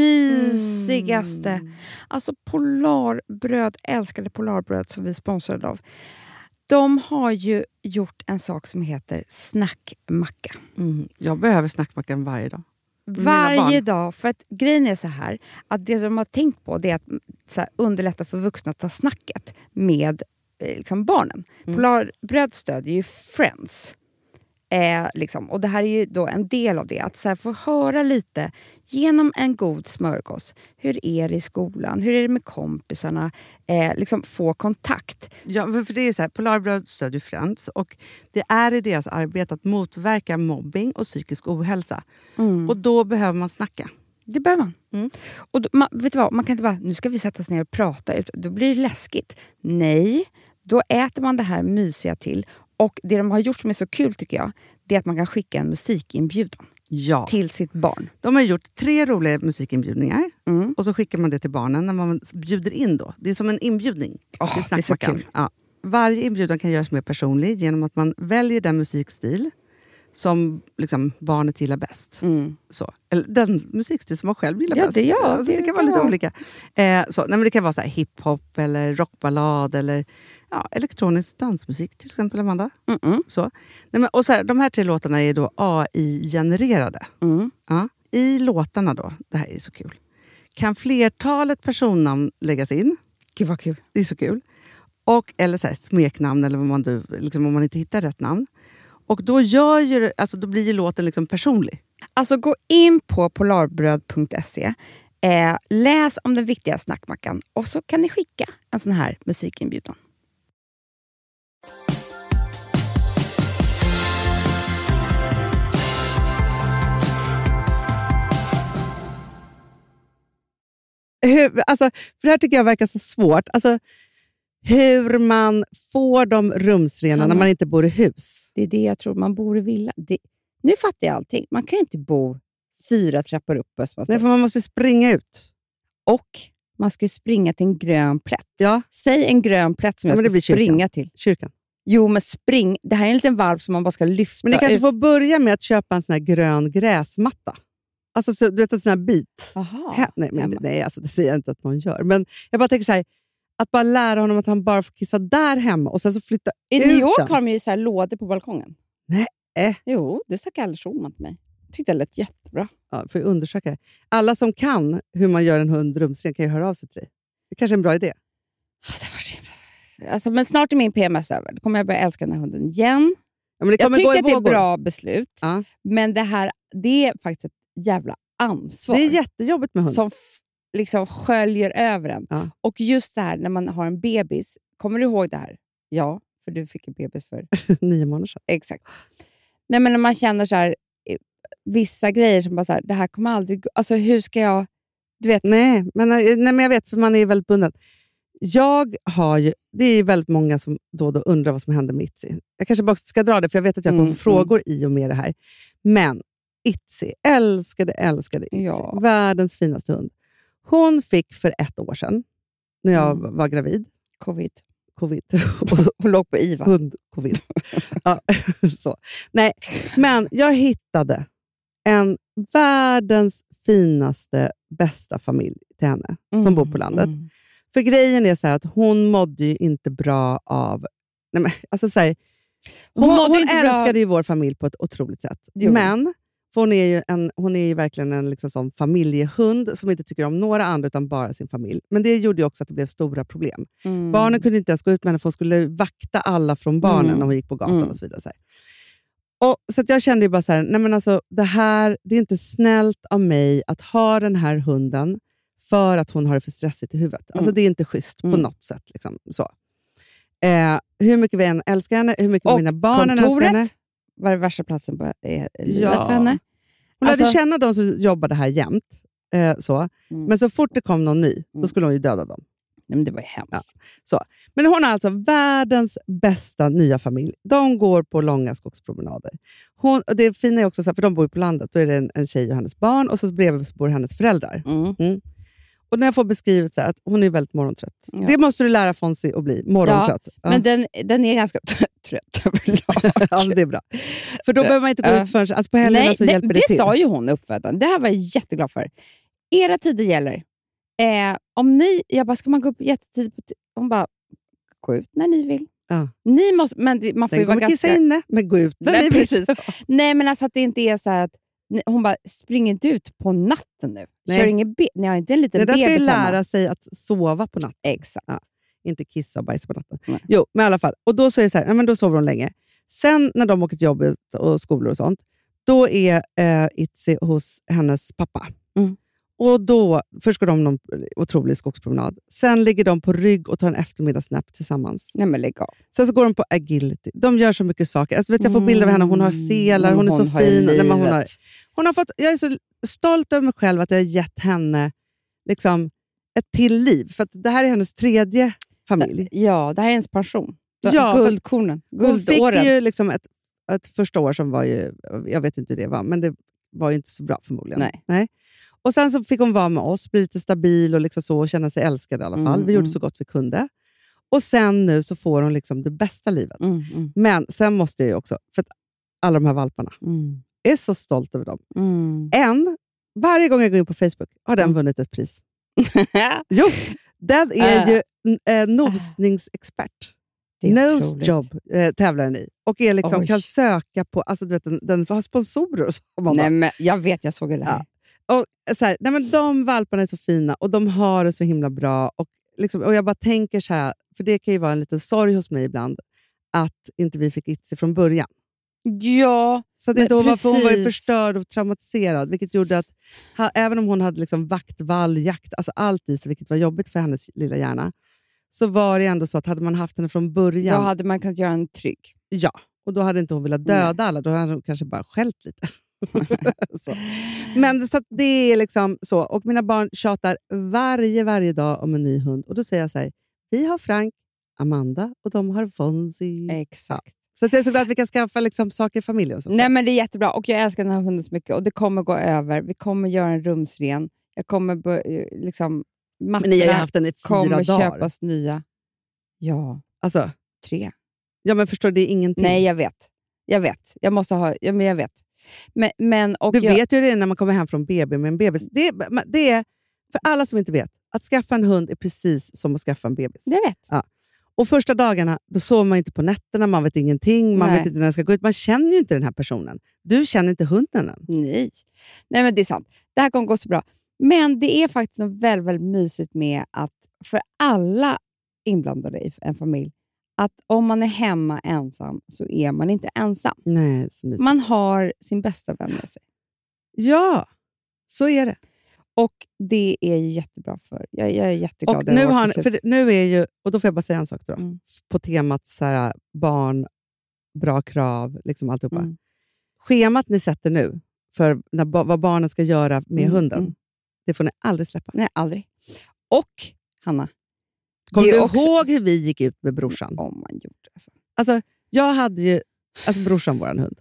mysigaste. Alltså Polarbröd, älskade Polarbröd som vi sponsrade av. De har ju gjort en sak som heter snackmacka. Jag behöver snackmackan varje dag. varje dag. För att grejen är så här, att det de har tänkt på det är att så här, underlätta för vuxna att ta snacket med liksom, barnen. Polarbröd stödjer ju Friends. Liksom. Och det här är ju då en del av det. Att så här, få höra lite genom en god smörgås. Hur är det i skolan? Hur är det med kompisarna? Liksom få kontakt. Ja, för det är så här, Polarbröd stödjer Friends. Och det är i deras arbete att motverka mobbing och psykisk ohälsa. Och då behöver man snacka. Det behöver man. Och då, vet du vad? Man kan inte bara, nu ska vi sätta oss ner och prata ut. Då blir det läskigt. Nej, då äter man det här mysiga till. Och det de har gjort som är så kul tycker jag, det är att man kan skicka en musikinbjudan till sitt barn. De har gjort 3 roliga musikinbjudningar och så skickar man det till barnen när man bjuder in då. Det är som en inbjudning. Det är så kul. Ja. Varje inbjudan kan göras mer personlig genom att man väljer den musikstil som liksom barnet gillar bäst. Så. Eller den musikstil som man själv gillar bäst. Det kan vara lite olika. Det kan vara så här hiphop eller rockballad eller elektronisk dansmusik till exempel, Amanda. Så. Och så här, de här 3 låtarna är då AI-genererade. Ja. I låtarna då, det här är så kul, kan flertalet personnamn läggas in. Gud vad kul. Det är så kul. Eller så här, smeknamn eller vad man, liksom, om man inte hittar rätt namn. Och då då blir ju låten liksom personlig. Alltså gå in på polarbröd.se, läs om den viktiga snackmackan och så kan ni skicka en sån här musikinbjudan. För det här tycker jag verkar så svårt. Alltså, hur man får de rumsrena när man inte bor i hus. Det är det jag tror man bor i villa. Nu fattar jag allting. Man kan inte bo 4 trappor upp. Nej, för man måste springa ut. Och man ska ju springa till en grön plätt. Ja. Säg en grön plätt som jag ska springa till. Kyrkan. Jo, men spring. Det här är en liten valv som man bara ska lyfta. Men ni kanske ut. får börja med att köpa en sån här grön gräsmatta. Alltså, så, du vet, en sån här bit. Aha, Nej, alltså, det säger jag inte att någon gör. Men jag bara tänker så här, att bara lära honom att han bara får kissa där hemma och sen så flytta ut. I New York har de ju så här lådor på balkongen. Nej. Jo, det sa Kalle Schulman till mig. Tyckte det lät jättebra. Ja, för jag undersöka det. Alla som kan hur man gör en hund rumsren kan ju höra av sig till dig. Det är kanske är en bra idé. Alltså, men snart är min PMS över. Då kommer jag börja älska den här hunden igen. Ja, men jag tycker att det är bra beslut. Ja. Men det är faktiskt ett jävla ansvar. Det är jättejobbigt med hund. Som liksom sköljer över en. Ja. Och just det här när man har en bebis. Kommer du ihåg det här? Ja, för du fick en bebis för 9 månader sedan. Exakt. Nej, men när man känner så här, vissa grejer som bara så här, det här kommer aldrig... Alltså hur ska jag... Du vet. Nej, men jag vet, för man är väldigt bunden. Det är väldigt många som då undrar vad som händer med Itzy. Jag kanske bara ska dra det, för jag vet att jag kommer få frågor i och med det här. Men Itzy, älskade Itzy. Ja. Världens finaste hund. Hon fick för 1 år sedan, när jag var gravid. Covid. Hon låg på IVA. Hund-covid. Ja, så. Nej, men jag hittade en världens finaste, bästa familj till henne som bor på landet. För grejen är så här att hon mådde ju inte bra av... Nej, men, alltså så här, hon älskade ju vår familj på ett otroligt sätt. Men för hon är ju verkligen en liksom sån familjehund som inte tycker om några andra utan bara sin familj. Men det gjorde ju också att det blev stora problem. Barnen kunde inte ens gå ut med henne för hon skulle vakta alla från barnen när hon gick på gatan och så vidare. Så att jag kände ju bara så här, nej men alltså, det är inte snällt av mig att ha den här hunden för att hon har det för stressigt i huvudet. Alltså det är inte schysst på något sätt. Liksom, så. Hur mycket vi än älskar henne, hur mycket mina barn älskar henne. Var det värsta platsen på livet för henne? Hon lärde känna de som jobbade här jämt. Men så fort det kom någon ny, då skulle hon ju döda dem. Nej, men det var ju hemskt. Ja, så. Men hon har alltså världens bästa nya familj. De går på långa skogspromenader. Det fina är också, så här, för de bor på landet, då är det en tjej och hennes barn och så bredvid bor hennes föräldrar. Och när jag får beskrivet så här, att hon är väldigt morgontrött. Ja. Det måste du lära Fonzie att bli, morgontrött. Ja. Men den är ganska trött överlag. Ja, det är bra. För då behöver man inte gå ut förrän alltså på helgerna så hjälper det till. Det sa ju hon uppfödaren. Det här var jag jätteglad för. Era tider gäller. Om jag bara, ska man gå upp jättetidigt? Hon bara, gå ut när ni vill. Ja. Ni måste, men man får ju vara ganska... kissa inne, men gå ut när ni vill. Precis. Nej, men alltså att det inte är så här att hon bara, spring inte ut på natten nu. Nej. Kör ingen ni har inte en liten Den ska ju bebis hemma. lära sig att sova på natten. Exakt. Ja, inte kissa och bajsa på natten. Nej. Jo, men i alla fall. Och då så är det så här, men då sover hon länge. Sen när de åker till jobbet och skolor och sånt, då är Itzy hos hennes pappa. Mm. Och då, först går de någon otrolig skogspromenad. Sen ligger de på rygg och tar en eftermiddagsnäpp tillsammans. Nej, men lägg av. Sen så går de på agility. De gör så mycket saker. Alltså, vet jag får bilder av henne. Hon har selar, hon är så fin. Nej, men hon har fått, jag är så stolt över mig själv att jag har gett henne liksom, ett till liv. För att det här är hennes 3:e familj. Ja, det här är hennes pension. Ja, Guldkornen. Hon fick Guldåren. ju liksom ett första år som var ju, jag vet inte hur det var, men det var ju inte så bra förmodligen. Nej. Och sen så fick hon vara med oss, bli lite stabil och, liksom så, och känna sig älskad i alla fall. Vi gjorde så gott vi kunde. Och sen nu så får hon liksom det bästa livet. Men sen måste jag ju också, för att alla de här valparna, är så stolt över dem. Varje gång jag går in på Facebook har den vunnit ett pris. Jo, den är ju nosningsexpert. Nose job tävlar den i. Och är liksom, kan söka på, alltså du vet, den har sponsorer och så. Nej, men jag vet, jag såg det här. Ja. Och så här, nej, men de valparna är så fina och de har det så himla bra. Och, liksom, och jag bara tänker så här, för det kan ju vara en liten sorg hos mig ibland, att inte vi fick Itzy från början. Ja, så att inte hon var ju förstörd och traumatiserad, vilket gjorde att även om hon hade liksom vaktvall, jakt, alltså allt i sig, vilket var jobbigt för hennes lilla hjärna, så var det ändå så att hade man haft henne från början... Då hade man kunnat göra en trygg. Ja, och då hade inte hon velat döda alla. Då hade hon kanske bara skällt lite. Så. Men så att det är liksom så. Och mina barn tjatar varje dag om en ny hund. Och då säger jag så här, vi har Frank, Amanda och de har Fonzie. Exakt. Så att jag är så glad att vi kan skaffa liksom saker i familjen. Så nej, men det är jättebra. Och jag älskar den här hunden så mycket. Och det kommer gå över. Vi kommer göra en rumsren. Jag kommer liksom... Men ni har ju haft den i 4 dagar. Kommer köpas nya. Ja. Alltså? 3. Ja, men förstår, det är ingenting. Nej, jag vet. Jag måste ha... Ja, men jag vet. Men, och du vet ju det när man kommer hem från BB med en bebis. Det är, för alla som inte vet, att skaffa en hund är precis som att skaffa en bebis. Jag vet. Ja. Och första dagarna, då sover man inte på nätterna, man vet ingenting, man vet inte när den ska gå ut. Man känner ju inte den här personen. Du känner inte hunden än. Nej, men det är sant. Det här kommer gå så bra. Men det är faktiskt något väldigt, väldigt mysigt med att för alla inblandade i en familj, att om man är hemma ensam så är man inte ensam. Nej, så mysigt. Man har sin bästa vän med sig. Ja, så är det. Och det är ju jättebra för. Jag är jätteglad. Och nu är ju, och då får jag bara säga en sak då. På temat så här, barn, bra krav, liksom alltihopa. Schemat ni sätter nu för vad barnen ska göra med hunden, det får ni aldrig släppa. Nej, aldrig. Och Hanna, kommer du ihåg hur vi gick ut med brorsan? Om man gjorde alltså, jag hade ju brorsan, våran hund.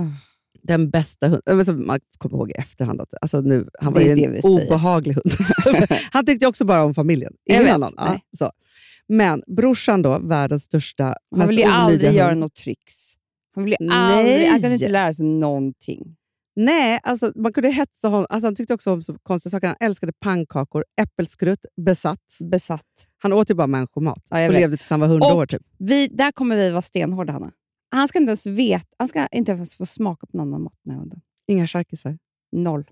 Den bästa hunden. Man kommer ihåg i efterhand att nu, han var ju en obehaglig hund. Han tyckte också bara om familjen. Ingen annan. Ja, så. Men brorsan då, världens största, han vill ju aldrig göra något tricks. Han vill ju aldrig, han kan inte lära sig någonting. Nej, alltså man kunde hetsa honom. Alltså, han tyckte också om så konstiga saker. Han älskade pannkakor, äppelskrutt, besatt. Han åt ju bara människomat och levde tills han var 100 år typ. Där kommer vi vara stenhårda, Hanna. Han ska inte ens veta, han ska inte ens få smaka på någon annan mat, den här hunden. Inga charkisar? 0.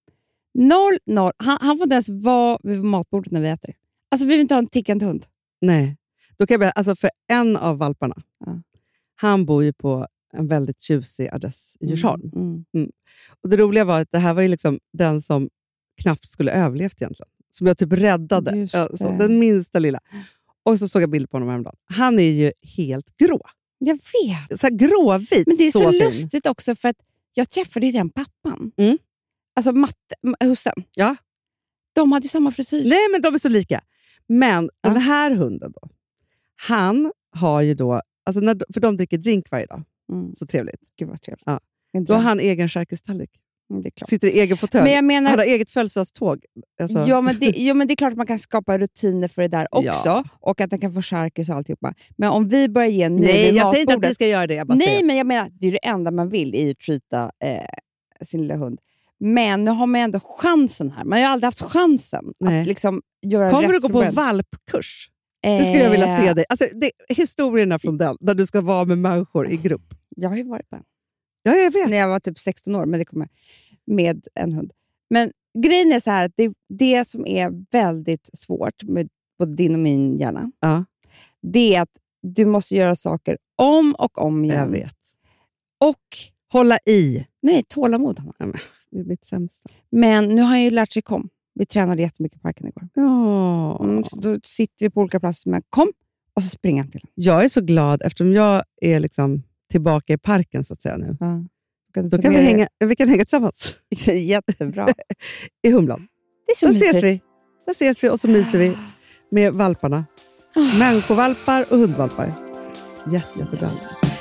Han får inte ens vara vid matbordet när vi äter. Alltså vi vill inte ha en tickande hund. Nej. Då kan jag berätta, alltså för en av valparna, han bor ju på en väldigt tjusig adress i Djursholm. Och det roliga var att det här var ju liksom den som knappt skulle överlevt egentligen. Som jag typ räddade. Så, den minsta lilla. Och så såg jag bilder på honom häromdagen. Han är ju helt grå. Jag vet. Så här gråvit. Men det är så fin. lustigt också för att jag träffade ju den pappan. Alltså hussen. Ja. De hade ju samma frisyr. Nej, men de är så lika. Men den här hunden då. Han har ju då, alltså för de dricker drink varje dag. Så trevligt. Gud vad trevligt. Ja. Då har han egen charkistallrik. Det är klart. Sitter i egen fåtölj. Men jag menar, han har eget födelsedagståg. Alltså. Ja, men det är klart att man kan skapa rutiner för det där också. Ja. Och att den kan få charkis och alltihopa. Men om vi börjar ge nej, jag säger inte att vi ska göra det. Men jag menar, det är det enda man vill i att treata sin lilla hund. Men nu har man ändå chansen här. Man har ju aldrig haft chansen att liksom göra kommer rätt. Du gå på valpkurs? Det skulle jag vilja se dig. Alltså, historierna från den, där du ska vara med människor i grupp. Jag har ju varit på en. Ja, jag vet. När jag var typ 16 år, men det kommer. med en hund. Men grejen är så här att det som är väldigt svårt med både din och min hjärna, det är att du måste göra saker om och om igen. Jag vet. Och hålla i. Nej, tålamod, Hanna. Ja, men det är mitt sämsta. Men nu har han ju lärt sig kom. Vi tränade jättemycket i parken igår. Så då sitter vi på olika platser med kom och så springer han till den. Jag är så glad eftersom jag är liksom tillbaka i parken så att säga nu. Ja. Då kan vi kan hänga tillsammans. Jättebra. I Humlan. Det är så mysigt. Där ses vi och så myser vi med valparna. Människovalpar och hundvalpar. Jättebra.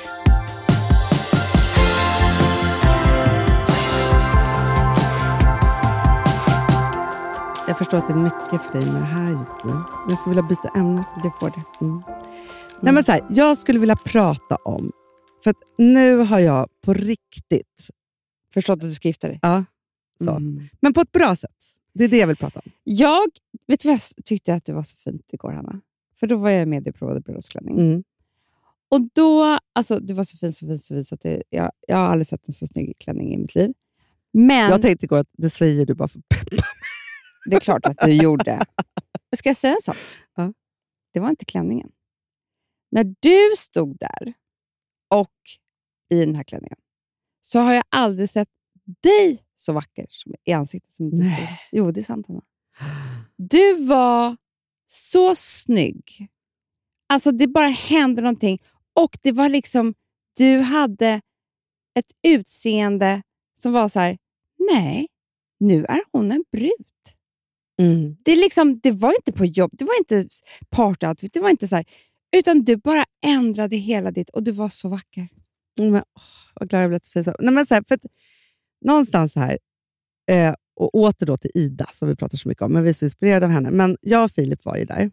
Jag förstår att det är mycket för dig med det här just nu. Men jag skulle vilja byta ämne. Du får det. Nej, men så här, jag skulle vilja prata om... För att nu har jag på riktigt... Förstått att du ska gifta dig? Ja, så. Men på ett bra sätt. Det är det jag vill prata om. Vet du vad jag tyckte att det var så fint igår, Hanna? För då var jag med och provade bröllopsklänning. Och då... Alltså, det var så fint så att jag har aldrig sett en så snygg klänning i mitt liv. Men... Jag tänkte igår att det säger du bara för peppa. Det är klart att du gjorde. Ska jag säga en sak? Ja. Det var inte klänningen. När du stod där och i den här klänningen så har jag aldrig sett dig så vacker som i ansiktet som du såg. Jo, det är sant, Hanna. Du var så snygg. Alltså det bara hände någonting. Och det var liksom, du hade ett utseende som var så här: nej, nu är hon en brud. Det är liksom, det var inte på jobb, det var inte party-outfit, det var inte så här, utan du bara ändrade hela ditt och du var så vacker. Men, vad glad jag blev att säga så. Nej, men så här, för att, någonstans så här, och åter då till Ida som vi pratar så mycket om, men vi är så inspirerade av henne. Men jag och Filip var ju där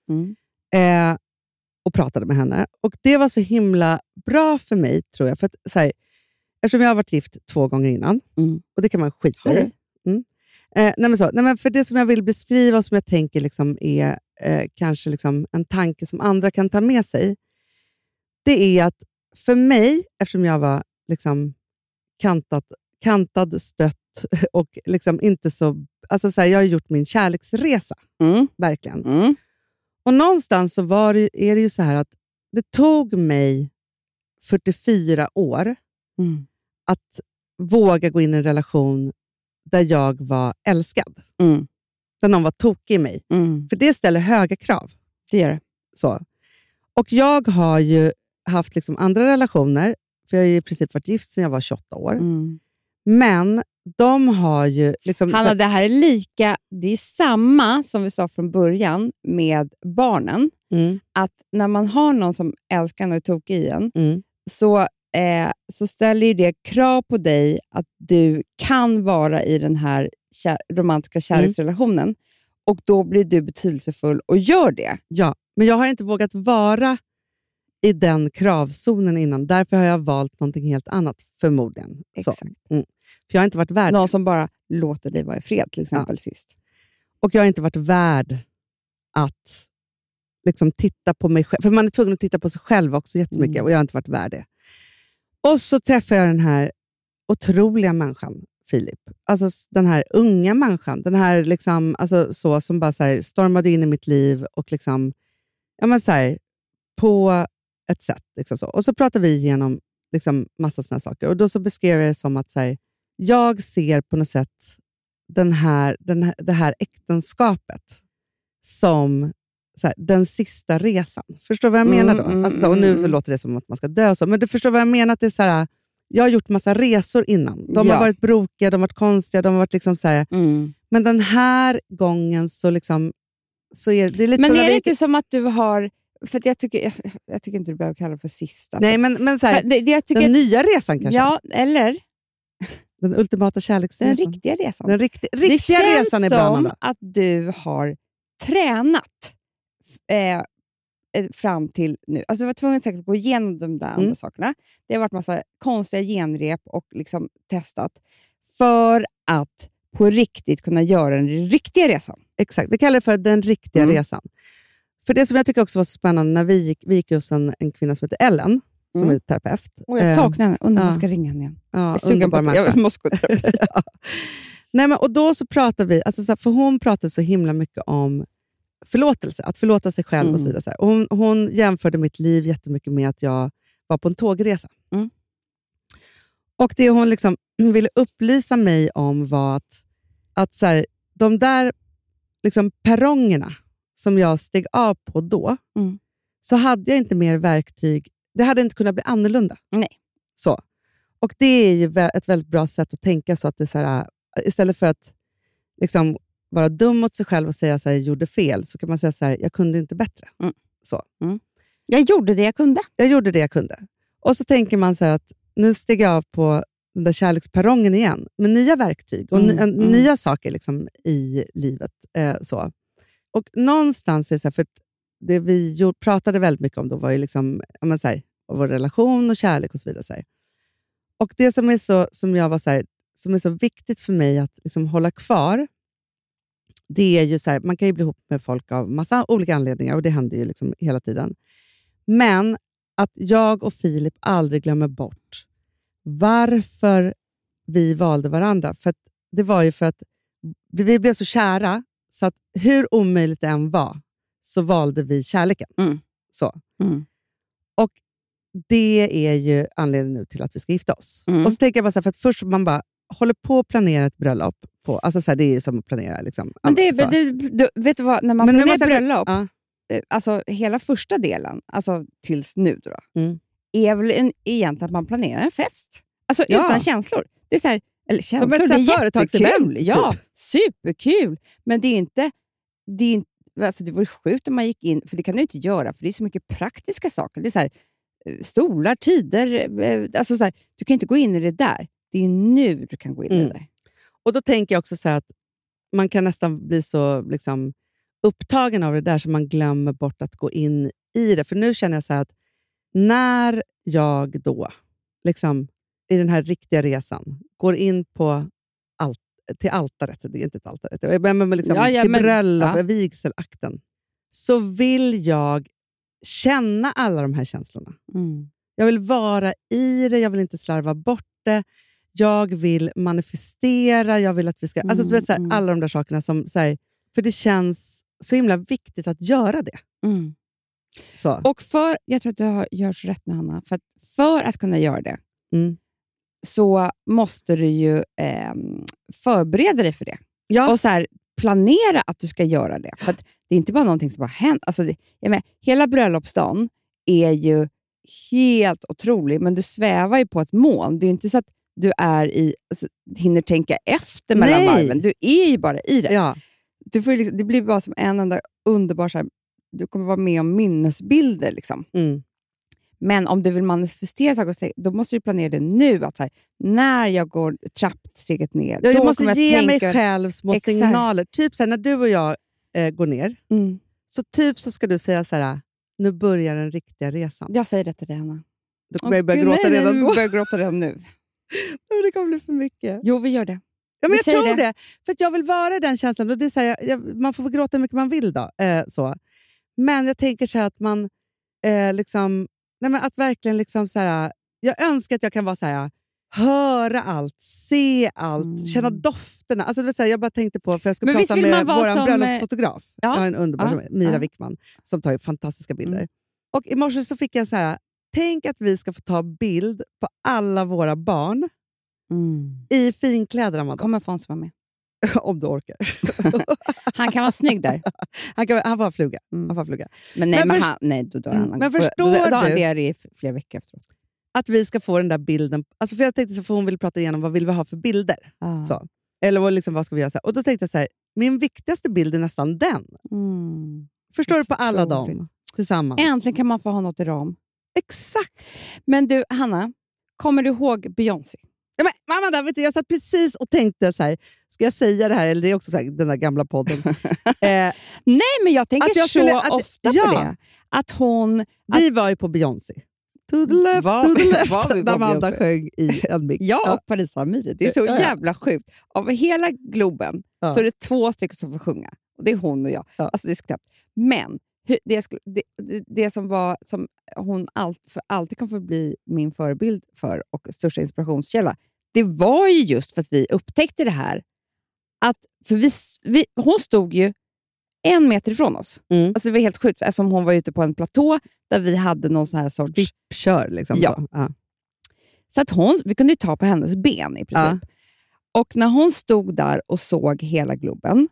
och pratade med henne. Och det var så himla bra för mig, tror jag. För att, så här, eftersom jag har varit gift 2 gånger innan, och det kan man skita i. Nej, men för det som jag vill beskriva och som jag tänker liksom är kanske liksom en tanke som andra kan ta med sig, det är att för mig, eftersom jag var liksom kantad, stött och liksom inte så... Alltså så här, jag har gjort min kärleksresa, verkligen. Och någonstans så är det ju så här att det tog mig 44 år att våga gå in i en relation där jag var älskad. Där någon var tokig i mig. För det ställer höga krav. Det gör det. Så. Och jag har ju haft liksom andra relationer. För jag har ju i princip varit gift sedan jag var 28 år. Men de har ju... Liksom, Hanna, det här är lika... Det är samma som vi sa från början med barnen. Att när man har någon som älskar en och är tokig i en, så ställer det krav på dig att du kan vara i den här romantiska kärleksrelationen. Och då blir du betydelsefull och gör det. Ja, men jag har inte vågat vara i den kravzonen innan. Därför har jag valt någonting helt annat, förmodligen. Exakt. För jag har inte varit värd. Någon som bara låter dig vara i fred, till exempel, sist. Och jag har inte varit värd att liksom titta på mig själv. För man är tvungen att titta på sig själv också jättemycket. Och jag har inte varit värd det. Och så träffar jag den här otroliga människan, Filip. Alltså den här unga människan. Den här liksom, alltså, så, som bara så här, stormade in i mitt liv. Och liksom, ja, men så här, på ett sätt. Liksom så. Och så pratar vi igenom liksom, massa såna saker. Och då så beskrev jag det som att så här, jag ser på något sätt det här äktenskapet som så här, den sista resan. Förstår du vad jag menar då? Alltså, och nu så låter det som att man ska dö och så. Men du förstår vad jag menar? Att det är så här, jag har gjort massa resor innan. De har varit brokiga, de har varit konstiga, de har varit liksom så här. Men den här gången så liksom så är det lite. Men så är det inte som att du har... För att jag tycker inte du behöver kalla det för sista. Nej, men så här, jag tycker den nya resan kanske. Ja, eller... Den ultimata kärleksresan. Den riktiga resan. Den riktiga resan är bra. Det känns som att du har tränat fram till nu. Alltså du var tvungen säkert att gå igenom de där andra sakerna. Det har varit massa konstiga genrep och liksom testat för att på riktigt kunna göra den riktiga resan. Exakt, vi kallar det för den riktiga resan. För det som jag tycker också var så spännande när vi gick hos en kvinna som heter Ellen. som är terapeut. Och jag saknar henne. Undrar om jag ska ringa henne igen. Ja, jag måste gå till terapi. Nej, men, och då så pratar vi, alltså, så här, för hon pratar så himla mycket om förlåtelse, att förlåta sig själv och så vidare. Så här. Hon jämförde mitt liv jättemycket med att jag var på en tågresa. Och det hon liksom ville upplysa mig om var att så här, de där liksom perrongerna som jag steg av på då, så hade jag inte mer verktyg. Det hade inte kunnat bli annorlunda. Nej. Så. Och det är ju ett väldigt bra sätt att tänka så att det är så här, istället för att liksom vara dum mot sig själv och säga så här, jag gjorde fel, så kan man säga så här, jag kunde inte bättre. Så. Jag gjorde det jag kunde. Jag gjorde det jag kunde. Och så tänker man så här att nu steg jag av på den där kärleksperrongen igen med nya verktyg och nya saker liksom i livet. Så. Och någonstans är det så här, för det vi pratade väldigt mycket om då var ju liksom, så här, vår relation och kärlek och så vidare. Så här. Och det som är så, som är så viktigt för mig att liksom hålla kvar, det är ju så här, man kan ju bli ihop med folk av massa olika anledningar och det händer ju liksom hela tiden. Men att jag och Filip aldrig glömmer bort varför vi valde varandra. För att det var ju för att vi blev så kära så att hur omöjligt det än var så valde vi kärleken. Så. Och det är ju anledningen nu till att vi ska gifta oss. Och så tänker jag bara så här, för att först man bara håller på att planera ett bröllop. Alltså så här, det är som att planera. Liksom, men vet du vad, när man planerar bröllop, alltså hela första delen, alltså tills nu då, är väl egentligen att man planerar en fest. Alltså utan känslor. Det är så här, eller känslor, som det är företagsevent. Typ. Ja, superkul. Men det är inte alltså det vore sjukt om man gick in, för det kan du inte göra, för det är så mycket praktiska saker. Det är så här, stolar, tider, alltså så här, du kan inte gå in i det där. Det är nu du kan gå in i det där. Och då tänker jag också så här att man kan nästan bli så liksom upptagen av det där så man glömmer bort att gå in i det. För nu känner jag så här att när jag då liksom i den här riktiga resan går in på till altaret, det är inte ett altaret, men liksom till bröllop, vigselakten, så vill jag känna alla de här känslorna. Jag vill vara i det, jag vill inte slarva bort det. Jag vill manifestera, jag vill att vi ska... Alltså så vet, så här, alla de där sakerna som... Så här, för det känns så himla viktigt att göra det. Så. Och jag tror att du gör så rätt nu, Hanna. För att kunna göra det så måste du ju förbereda dig för det. Ja. Och så här, planera att du ska göra det. För att det är inte bara någonting som har hänt. Alltså hela bröllopsdagen är ju helt otrolig, men du svävar ju på ett moln. Det är ju inte så att du hinner tänka efter mellan varven. Du är ju bara i det. Ja. Du får liksom, det blir bara som en enda underbar... Så här, du kommer vara med om minnesbilder. Liksom. Men om du vill manifestera saker, då måste du planera det nu. Att så här, när jag går trappsteget ner... Jag måste ge mig själv små signaler. Typ så här, när du och jag går ner, så typ så ska du säga så här: nu börjar den riktiga resan. Jag säger det till dig, Hanna. Då kommer jag börja gråta redan då. Jag börjar gråta redan nu. Det kommer bli för mycket. Jo, vi gör det. Ja, men jag tror det. För att jag vill vara i den känslan. Och det är så här, man får gråta hur mycket man vill då. Så. Men jag tänker så här att man liksom... Nej, men att verkligen liksom så här... Jag önskar att jag kan vara så här... Höra allt, se allt, känna dofterna. Alltså, vet du, jag bara tänkte på, för jag ska prata med vår bröllopsfotograf. Jag har en underbar Mira Wickman som tar fantastiska bilder. Och i morse så fick jag så här: tänk att vi ska få ta bild på alla våra barn i finkläder. Amanda. Kommer Fons vara med? Om du orkar. Han kan vara snygg där. Han får fluga. Men då dör han. Men förstår du? Det är i flera veckor efteråt. Att vi ska få den där bilden. Alltså för jag tänkte så, för hon ville prata igenom vad vill vi ha för bilder. Så. Eller liksom, vad ska vi göra? Så här. Och då tänkte jag så här: min viktigaste bild är nästan den. Förstår du, på alla dem tillsammans. Äntligen kan man få ha något i ram. Exakt. Men du, Hanna, kommer du ihåg Beyoncé? Ja, men Amanda, vet du, jag satt precis och tänkte så här: ska jag säga det här? Eller det är också så här, den där gamla podden. Nej, men jag tänker ofta på det. Att hon... Vi var ju på Beyoncé. To the left, to the left. Där Amanda sjöng i en mix. Ja, och Parisa Amiri. Det är så jävla sjukt. Av hela Globen så är det 2 stycken som får sjunga. Och det är hon och jag. Alltså, det är så knappt. Men det som var som hon alltid kan få bli min förebild för och största inspirationskälla, det var ju just för att vi upptäckte det här. För hon stod ju 1 meter ifrån oss. Alltså det var helt sjukt, eftersom hon var ute på en platå där vi hade någon sån här sorts... Vippkör liksom. Ja. Så att vi kunde ju ta på hennes ben i princip. Ja. Och när hon stod där och såg hela Globen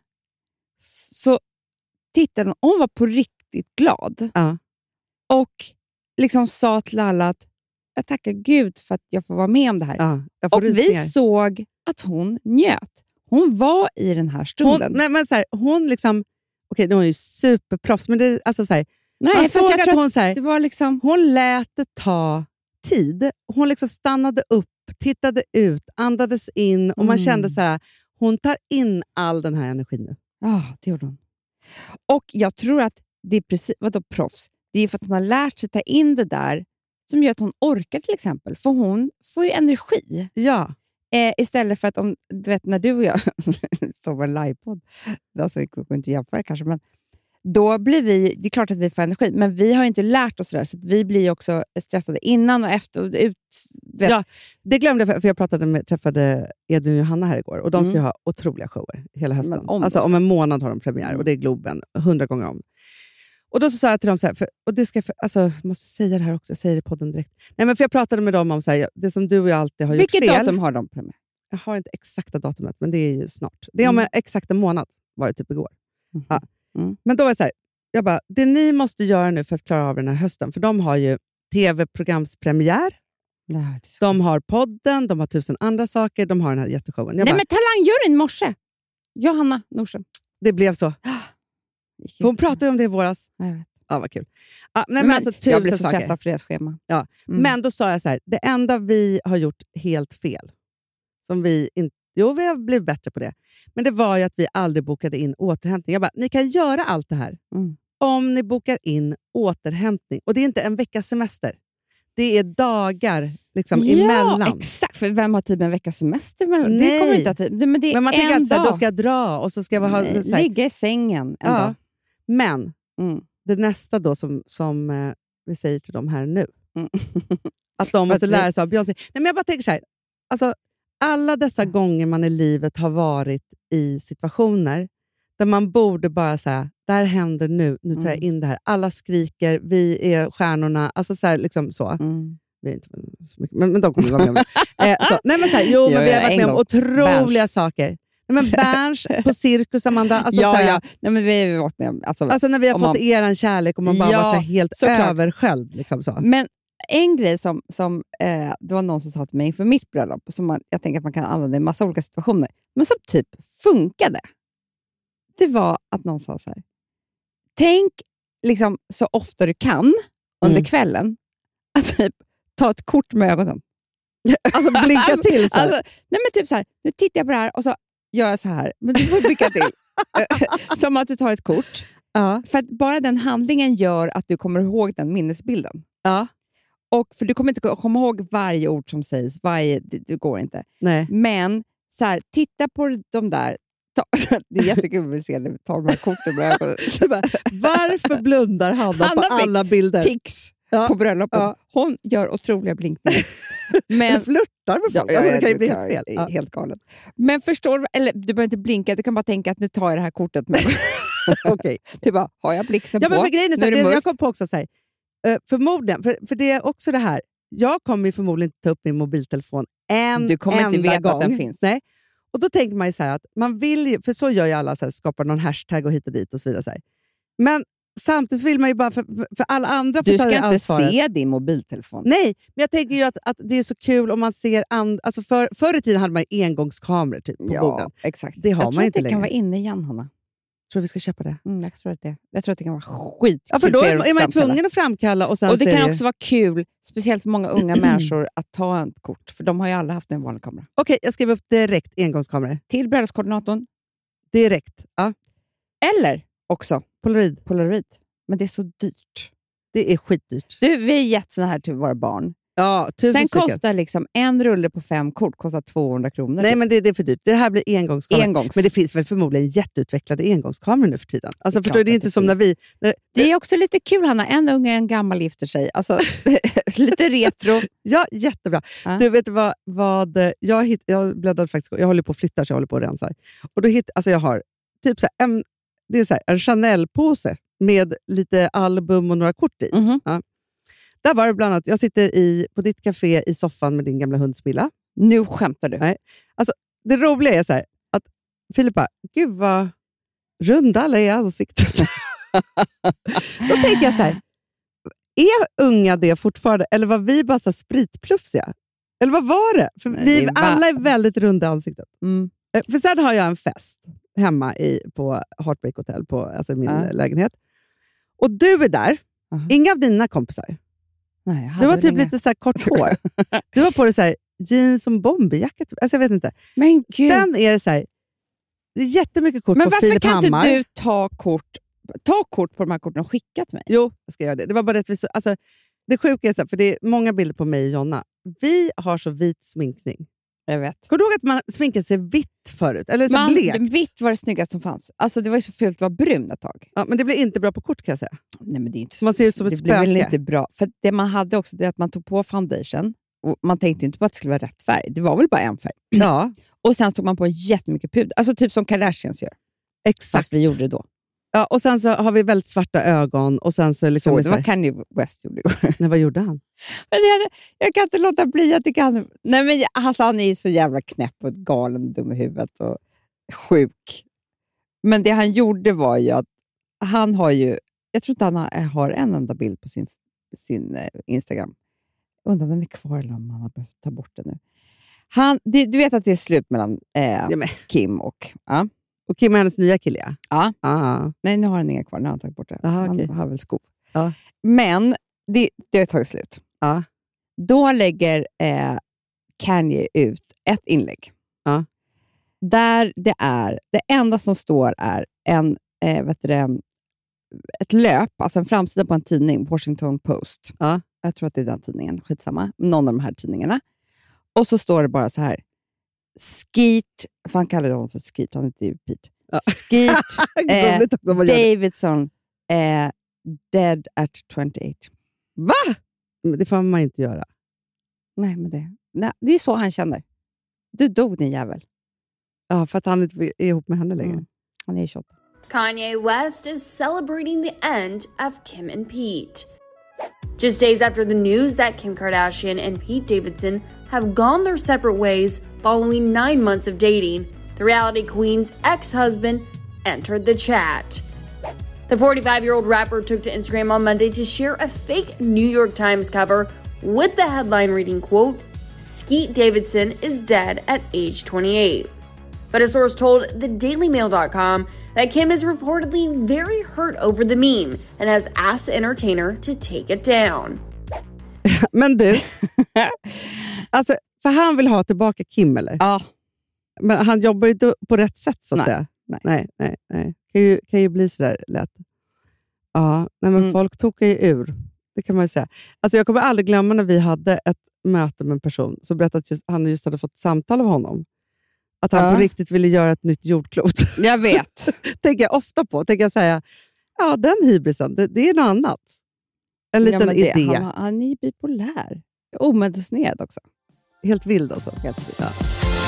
så tittade hon var på riktigt glad. Ja. Och liksom sa till alla att jag tackar Gud för att jag får vara med om det här. Ja, och vi såg att hon njöt. Hon var i den här stunden. Hon liksom... Okej, hon är ju superproffs, men det är alltså så här... Nej, man såg att hon så här, det var liksom... Hon lät det ta tid. Hon liksom stannade upp, tittade ut, andades in och man kände så här, hon tar in all den här energin nu. Ja, det gjorde hon. Och jag tror att det är precis, vadå proffs? Det är för att hon har lärt sig ta in det där som gör att hon orkar till exempel. För hon får ju energi. Ja. Istället för att du vet, när du och jag står på en livepodd, alltså vi går inte jämföra kanske, men då blir det är klart att vi får energi, men vi har inte lärt oss det där, så att vi blir också stressade innan och efter och ut. Vet. Ja, det glömde jag, för jag träffade Edvin och Johanna här igår och de ska ha otroliga shower hela hösten. Om en månad har de premiär och det är Globen 100 gånger om. Och då så sa jag till dem så här, och det ska jag måste säga det här också, jag säger det i podden direkt. Nej, men för jag pratade med dem om så här, det som du och jag alltid har gjort fel. Vilket datum har de premiär? Jag har inte exakta datumet, men det är ju snart. Det är om en exakt en månad, var det typ igår. Ja. Men då var det så här, jag bara, det ni måste göra nu för att klara av den här hösten, för de har ju tv-programspremiär, de har podden, de har 1000 andra saker, de har den här jätteshowen. Men talangjuryn i morse, Johanna Nordström. Det blev så. Hon pratade om det i våras. Jag vet. Ja, vad kul. Ja, men alltså, jag blev så stressad för deras schema. Ja. Men då sa jag så här, det enda vi har gjort helt fel, som vi inte... Jo, vi har blivit bättre på det. Men det var ju att vi aldrig bokade in återhämtning. Jag bara, ni kan göra allt det här om ni bokar in återhämtning. Och det är inte en veckas semester. Det är dagar liksom emellan. Ja, exakt. För vem har tid med en veckas semester? Det kommer inte att tid. Men det är man tänker att då ska jag dra och så ska jag ligga i sängen en dag. Men det nästa då som vi säger till dem här nu. Att de måste lära sig av Beyoncé. Nej, men jag bara tänker så här. Alltså, alla dessa gånger man i livet har varit i situationer där man borde bara säga, där händer nu tar jag in det här. Alla skriker, vi är stjärnorna. Alltså så här, liksom så. Vi är inte så mycket, men de kommer vara med om det. Nej, men så här, men vi har varit med om otroliga saker. Nej, men Berns på cirkus, Amanda. Alltså, Nej, men vi har varit med om... Alltså när vi har fått eran kärlek och man bara varit helt översköljd. Liksom så. Men en grej som det var någon som sa till mig inför mitt bröllop, som jag tänker att man kan använda i en massa olika situationer, men som typ funkade. Det var att någon sa så här: tänk liksom så ofta du kan under kvällen att typ ta ett kort med ögonen. Alltså blinka till så här. Nej, men typ så här, nu tittar jag på det här och så gör jag så här, men du får blicka till. Som att du tar ett kort. För att bara den handlingen gör att du kommer ihåg den minnesbilden. Och för du kommer inte komma ihåg varje ord som sägs, det går inte. Nej. Men så här, titta på de där. Det är jättekul att se det. Ta de här korten med ögonen. Varför blundar Hanna på alla bilder? Tics på bröllopet. Hon gör otroliga blinkningar. Men flörtar med folk. Det kan ju bli helt fel. Helt galet. Men förstår du, eller du behöver inte blinka, du kan bara tänka att nu tar jag det här kortet med. Okej. Du bara, har jag blixten på? Men för grejen är så, jag kom på också så här, förmodligen, för det är också det här, jag kommer ju förmodligen inte ta upp min mobiltelefon du kommer inte veta att den finns. Nej. Och då tänker man ju så här att man vill ju, för så gör ju alla, så här, skapar någon hashtag och hit och dit och så vidare. Så här. Men samtidigt vill man ju bara för alla andra du ska inte se din mobiltelefon. Nej, men jag tänker ju att det är så kul om man ser alltså förr i tiden hade man ju engångskameror typ, på borden. Exakt. Det har man inte längre. Det kan vara inne igen, Hanna. Tror vi ska köpa det? Jag tror att det kan vara skitkul. Ja, för då är man tvungen att framkalla. Och det kan också vara kul, speciellt för många unga människor, att ta ett kort. För de har ju alla haft en vanlig kamera. Okej, jag skriver upp direkt engångskameror. Till bröllopskoordinatorn. Direkt, ja. Eller också Polaroid. Men det är så dyrt. Det är skitdyrt. Vi har gett såna här till våra barn. Ja, 1000 Sen stycken. kostar liksom en rulle på 5 kort kostar 200 kronor. Nej, men det är för dyrt. Det här blir engångskameror. Engångs. Men det finns väl förmodligen jätteutvecklade engångskameror nu för tiden. Alltså, förstår du, det är inte det som finns. när vi... Det är också lite kul, Hanna. En ung och en gammal gifter sig. Alltså, lite retro. Ja, jättebra. Ja. Du vet vad jag bläddrade faktiskt. Jag håller på att flytta så jag håller på att rensa. Och då alltså jag har typ så här, det är så här, en Chanel-påse med lite album och några kort i. Mhm. Ja. Där var det bland annat, jag sitter på ditt café i soffan med din gamla hund Smilla. Nu skämtar du. Nej. Alltså, det roliga är så här, att Filippa, gud vad runda alla är i ansiktet. Då tänker jag så här, är unga det fortfarande? Eller var vi bara så spritplufsiga? Eller vad var det? För vi alla är väldigt runda i ansiktet. Mm. För sen har jag en fest hemma på Heartbreak Hotel, alltså min lägenhet. Och du är där. Inga av dina kompisar. Nej, du har typ lite så här kort hår. Du har på dig så här jeans och bomberjacka. Alltså jag vet inte. Men gud. Sen är det så här, det är jättemycket kort Men på Filip Hammar. Men varför kan inte du ta kort på de här korten och skicka till mig? Jo, jag ska göra det. Det var bara det alltså, det sjuka är så här, för det är många bilder på mig och Jonna. Vi har så vit sminkning. Jag vet. Kommer du ihåg att man sminkade sig vitt förut? Eller så blekt? Vitt var det snyggaste som fanns. Alltså det var ju så fult att vara brun ett tag. Ja, men det blir inte bra på kort kan jag säga. Nej, men det är inte man ser ut som ett det spöke. Det blir väl inte bra. För det man hade också, det att man tog på foundation. Och man tänkte inte på att det skulle vara rätt färg. Det var väl bara en färg. Ja. Och sen tog man på jättemycket puder. Alltså typ som Kardashians gör. Exakt. Fast vi gjorde det då. Ja, och sen så har vi väldigt svarta ögon. Och sen så liksom det var Kanye West gjorde igår. Nej, vad gjorde han? Men jag kan inte låta bli att tycka han... Nej, men alltså, han är ju så jävla knäpp och galen och dum i huvudet och sjuk. Men det han gjorde var ju att han har ju... Jag tror inte han har en enda bild på sin Instagram. Jag undrar om den är kvar eller om han har behövt ta bort den nu. Du vet att det är slut mellan Kim och... Ja. Och Kim är hennes nya kille, ja. Ah. Nej, nu har han inga kvar. Nu har han tagit bort det. Aha, han okay. har väl skov. Ja. Men det har tagit slut. Ja. Då lägger Kanye ut ett inlägg. Ja. Där det enda som står är ett löp, alltså en framsida på en tidning, Washington Post. Ja. Jag tror att det är den tidningen, skitsamma. Någon av de här tidningarna. Och så står det bara så här. Skeet, för han kallar honom för Skeet, han heter ju Pete. Ja. Skeet Davidson dead at 28. Va? Men det får man inte göra. Nej, men det är så han känner. Du dog, din jävel. Ja, för att han inte är ihop med henne längre. Han är 28. Kanye West is celebrating the end of Kim and Pete. Just days after the news that Kim Kardashian and Pete Davidson have gone their separate ways following 9 months of dating, the reality queen's ex-husband entered the chat. The 45-year-old rapper took to Instagram on Monday to share a fake New York Times cover with the headline reading, quote, Skeet Davidson is dead at age 28. But a source told thedailymail.com that Kim is reportedly very hurt over the meme and has asked the entertainer to take it down. Men du, alltså, för han vill ha tillbaka Kim, eller? Ja. Men han jobbar ju på rätt sätt, så att säga. Nej. Kan ju bli sådär lätt. Ja, men folk tokar ju ur. Det kan man ju säga. Alltså, jag kommer aldrig glömma när vi hade ett möte med en person som berättade att han just hade fått ett samtal av honom. Att han på riktigt ville göra ett nytt jordklot. Jag vet. Tänker jag ofta på. Tänker jag säga, ja, den hybrisen, det är något annat. En liten idé. Han är bipolär. Omedicinerad också. Helt vild alltså. Helt vild. Ja.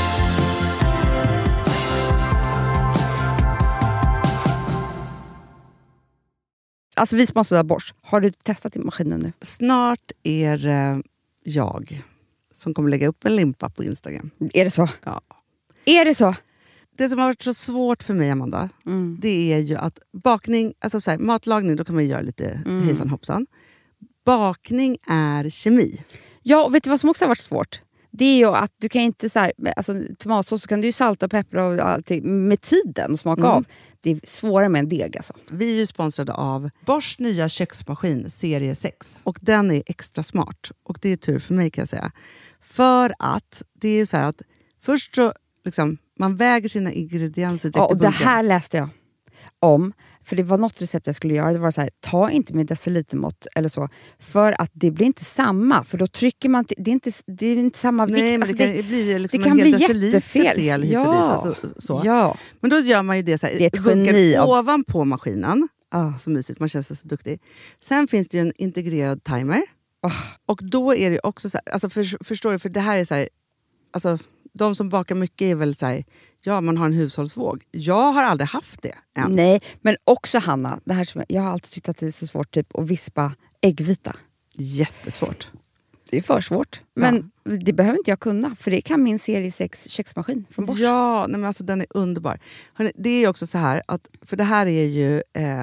Alltså vi som måste ha borst. Har du testat i maskinen nu? Snart är jag som kommer lägga upp en limpa på Instagram. Är det så? Ja. Är det så? Det som har varit så svårt för mig, Amanda, det är ju att bakning, alltså så här, matlagning, då kan man göra lite hejsan hoppsan. Bakning är kemi. Ja, och vet du vad som också har varit svårt? Det är ju att du kan inte så här, alltså tomatsås så kan du ju salta och peppra och allting med tiden och smaka av. Det är svårare med en deg alltså. Vi är ju sponsrade av Bosch nya köksmaskin serie 6. Och den är extra smart. Och det är tur för mig, kan jag säga. För att det är så här att först så liksom, man väger sina ingredienser direkt i och det här läste jag om. För det var något recept jag skulle göra. Det var så här, ta inte med decilitermått eller så. För att det blir inte samma. För då trycker man... Det är inte samma vikt. Nej, men alltså det kan bli liksom det kan bli deciliter jättefel. Hit och dit, alltså, så. Ja. Men då gör man ju det så här. Det är ett geni ovanpå maskinen. Så mysigt, man känns så duktig. Sen finns det ju en integrerad timer. Och då är det också så här, alltså förstår du, för det här är så här, alltså de som bakar mycket är väl så här, ja, man har en hushållsvåg. Jag har aldrig haft det än. Nej, men också Hanna, det här som jag har alltid tyckt att det är så svårt typ att vispa äggvita. Jättesvårt. Det är för svårt. Men det behöver inte jag kunna, för det kan min serie 6 köksmaskin från Bosch. Ja, nej, men alltså den är underbar. Hörrni, det är också så här, att, för det här är ju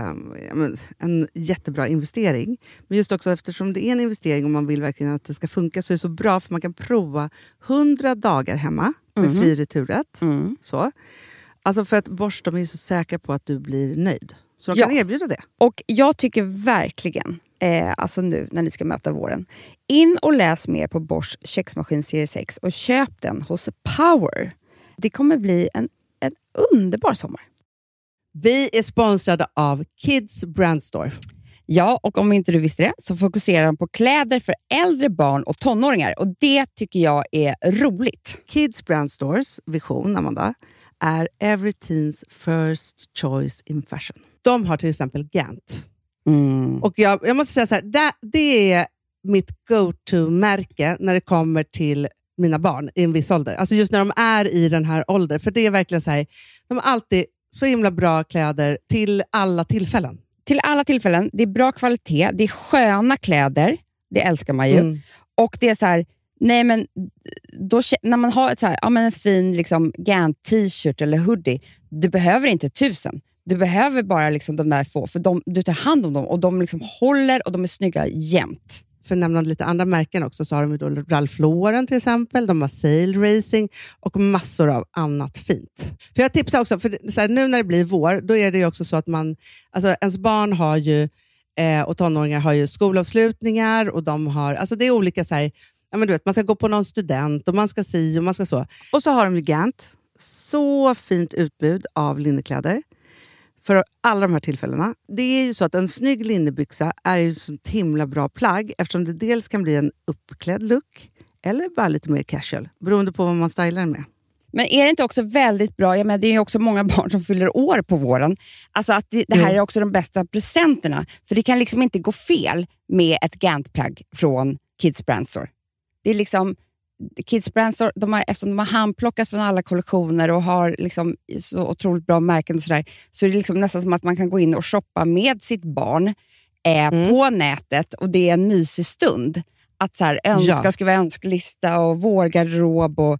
en jättebra investering. Men just också eftersom det är en investering och man vill verkligen att det ska funka, så är det så bra, för man kan prova 100 dagar hemma med fri returrätt. Så. Alltså för att Bosch, de är så säkra på att du blir nöjd. Så de kan erbjuda det. Och jag tycker verkligen, alltså nu när ni ska möta våren, in och läs mer på Bosch köksmaskin serie 6 och köp den hos Power. Det kommer bli en underbar sommar. Vi är sponsrade av Kids Brand Store. Ja, och om inte du visste det så fokuserar de på kläder för äldre barn och tonåringar. Och det tycker jag är roligt. Kids Brand Stores vision, Amanda, är every teens first choice in fashion. De har till exempel Gant. Och jag måste säga så här, det är mitt go-to-märke när det kommer till mina barn i en viss ålder. Alltså just när de är i den här åldern. För det är verkligen så här, de har alltid så himla bra kläder till alla tillfällen. Till alla tillfällen. Det är bra kvalitet. Det är sköna kläder. Det älskar man ju. Och det är så här, nej men då, när man har ett så här, ja, men en fin liksom Gant t-shirt eller hoodie, du behöver inte 1000. Du behöver bara liksom de där få, för du tar hand om dem och de liksom håller och de är snygga jämt. För att nämna lite andra märken också, så har de ju då Ralph Lauren till exempel, de har Sail Racing och massor av annat fint. För jag tipsar också, för så här, nu när det blir vår, då är det ju också så att man, alltså ens barn har ju, och tonåringar har ju skolavslutningar och de har, alltså det är olika så här, ja men du vet, man ska gå på någon student och man ska si och man ska så. Och så har de ju Gant, så fint utbud av linnekläder. För alla de här tillfällena. Det är ju så att en snygg linnebyxa är ju så himla bra plagg, eftersom det dels kan bli en uppklädd look eller bara lite mer casual, beroende på vad man stylar den med. Men är det inte också väldigt bra, jag menar, det är ju också många barn som fyller år på våren, alltså att det här är också de bästa presenterna, för det kan liksom inte gå fel med ett Gant-plagg från Kids Brand Store. Det är liksom Kids Brand Store, eftersom de har handplockat från alla kollektioner och har liksom så otroligt bra märken och sådär, så är det liksom nästan som att man kan gå in och shoppa med sitt barn på nätet, och det är en mysig stund att så här, skriva önskelista och vårgarderob och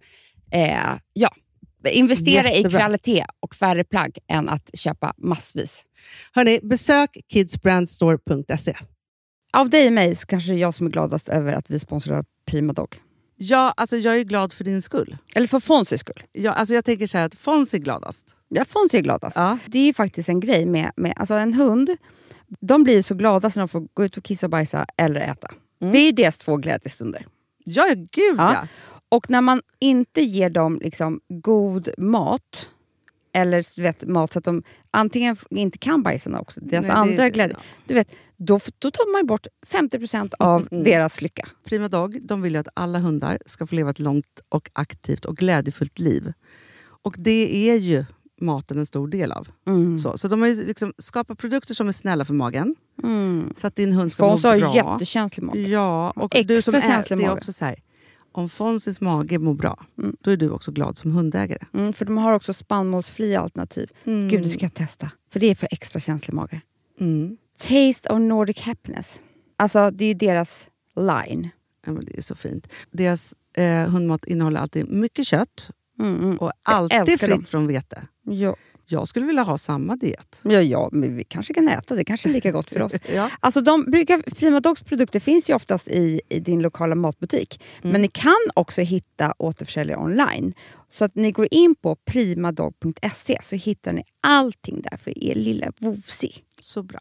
investera i kvalitet och färre plagg än att köpa massvis. Hörrni, besök kidsbrandstore.se. Av dig och mig så kanske det är jag som är gladast över att vi sponsrar Prima Dog. Ja, alltså jag är glad för din skull. Eller för Fonzys skull. Ja, alltså jag tänker så här att Fonz är gladast. Ja, Fonz är gladast. Ja. Det är ju faktiskt en grej med alltså en hund. De blir så glada när de får gå ut och kissa och bajsa eller äta. Det är ju deras 2 glädjestunder. Ja, gud ja. Och när man inte ger dem liksom god mat, eller du vet, mat så att de antingen inte kan bajsa också, deras andra glädje. Du vet, då tar man bort 50% av deras lycka. Prima Dog, de vill ju att alla hundar ska få leva ett långt och aktivt och glädjefullt liv. Och det är ju maten en stor del av. Så de har ju liksom skapat produkter som är snälla för magen. Så att din hund ska må bra. Fons har jättekänslig mage. Ja, och du som är, det är också så här, om Fonzys mage mår bra, då är du också glad som hundägare. För de har också spannmålsfria alternativ. Gud, det ska jag testa. För det är för extra känslig mage. Taste of Nordic Happiness. Alltså, det är ju deras line. Ja, men det är så fint. Deras hundmat innehåller alltid mycket kött. Och alltid fritt från vete. Ja. Jag skulle vilja ha samma diet. Ja, men vi kanske kan äta. Det kanske är lika gott för oss. Alltså Prima Dogs produkter finns ju oftast i din lokala matbutik. Men ni kan också hitta återförsäljare online. Så att ni går in på primadog.se så hittar ni allting där för er lilla vovsi. Så bra.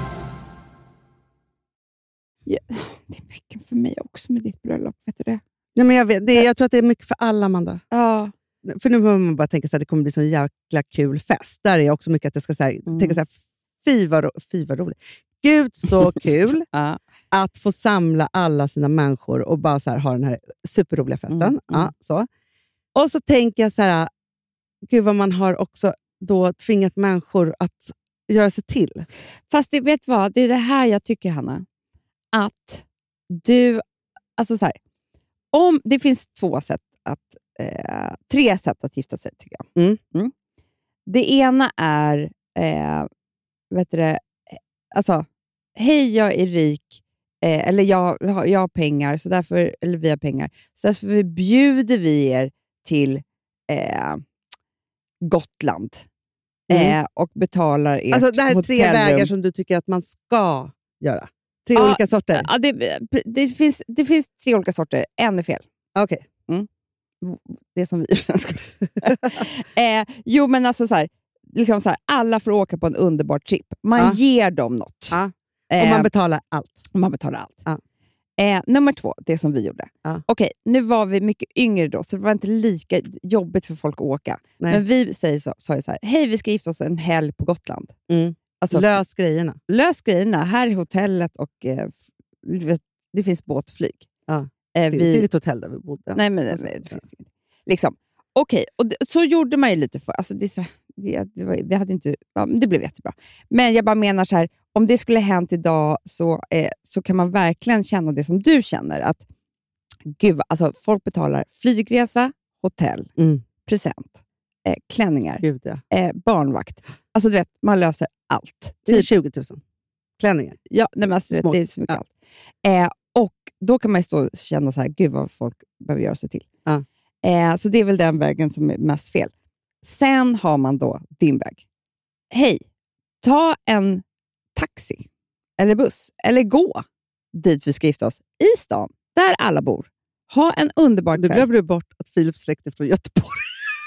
Ja, det är mycket för mig också med ditt bröllop, vet du det? Nej, men jag vet, jag tror att det är mycket för alla, Amanda. Ja. För nu måste man bara tänka så här, det kommer bli så en jäkla kul fest. Där är också mycket att jag ska så här, tänka så här, fy vad roligt. Gud så kul att få samla alla sina människor och bara så här, ha den här superroliga festen. Ja, så. Och så tänker jag så här, gud vad man har också då tvingat människor att göra sig till. Fast det, vet vad, det är det här jag tycker, Hanna. Att du, alltså så här, om det finns tre sätt att gifta sig, tycker jag. Det ena är alltså, hej, jag är rik, eller jag har pengar, så därför, eller vi har pengar, så därför bjuder vi er till Gotland och betalar ert alltså det här är hotellrum. 3 vägar som du tycker att man ska göra. 3 olika sorter. Ja, det finns 3 olika sorter. En är fel. Okej. Det är som vi. Jo, men alltså så här, liksom så här, alla får åka på en underbar trip. Man ger dem något. Och man betalar allt. Nummer 2, det som vi gjorde. Okej, nu var vi mycket yngre då, så det var inte lika jobbigt för folk att åka. Nej. Men vi sa så här, hej, vi ska gifta oss en helg på Gotland. Alltså, lös grejerna. Här är hotellet och det finns båtflyg. Det finns inget hotell där vi bodde. Nej, men det finns inget. Liksom. Okej, och så gjorde man ju lite för. Alltså vi hade inte, det blev jättebra. Men jag bara menar så här, om det skulle hänt idag så kan man verkligen känna det som du känner. Att gud, alltså folk betalar flygresa, hotell, present, klänningar, barnvakt. Alltså du vet, man löser allt. Det är 20 000 klänningar. Ja, nej, men alltså, det är så mycket allt. Och då kan man ju stå och känna så här, gud vad folk behöver göra sig till. Så det är väl den vägen som är mest fel. Sen har man då din väg. Hej, ta en taxi eller buss eller gå dit vi ska gifta oss i stan, där alla bor. Ha en underbar kväll. Du glömde bort att Philips släkt är från Göteborg.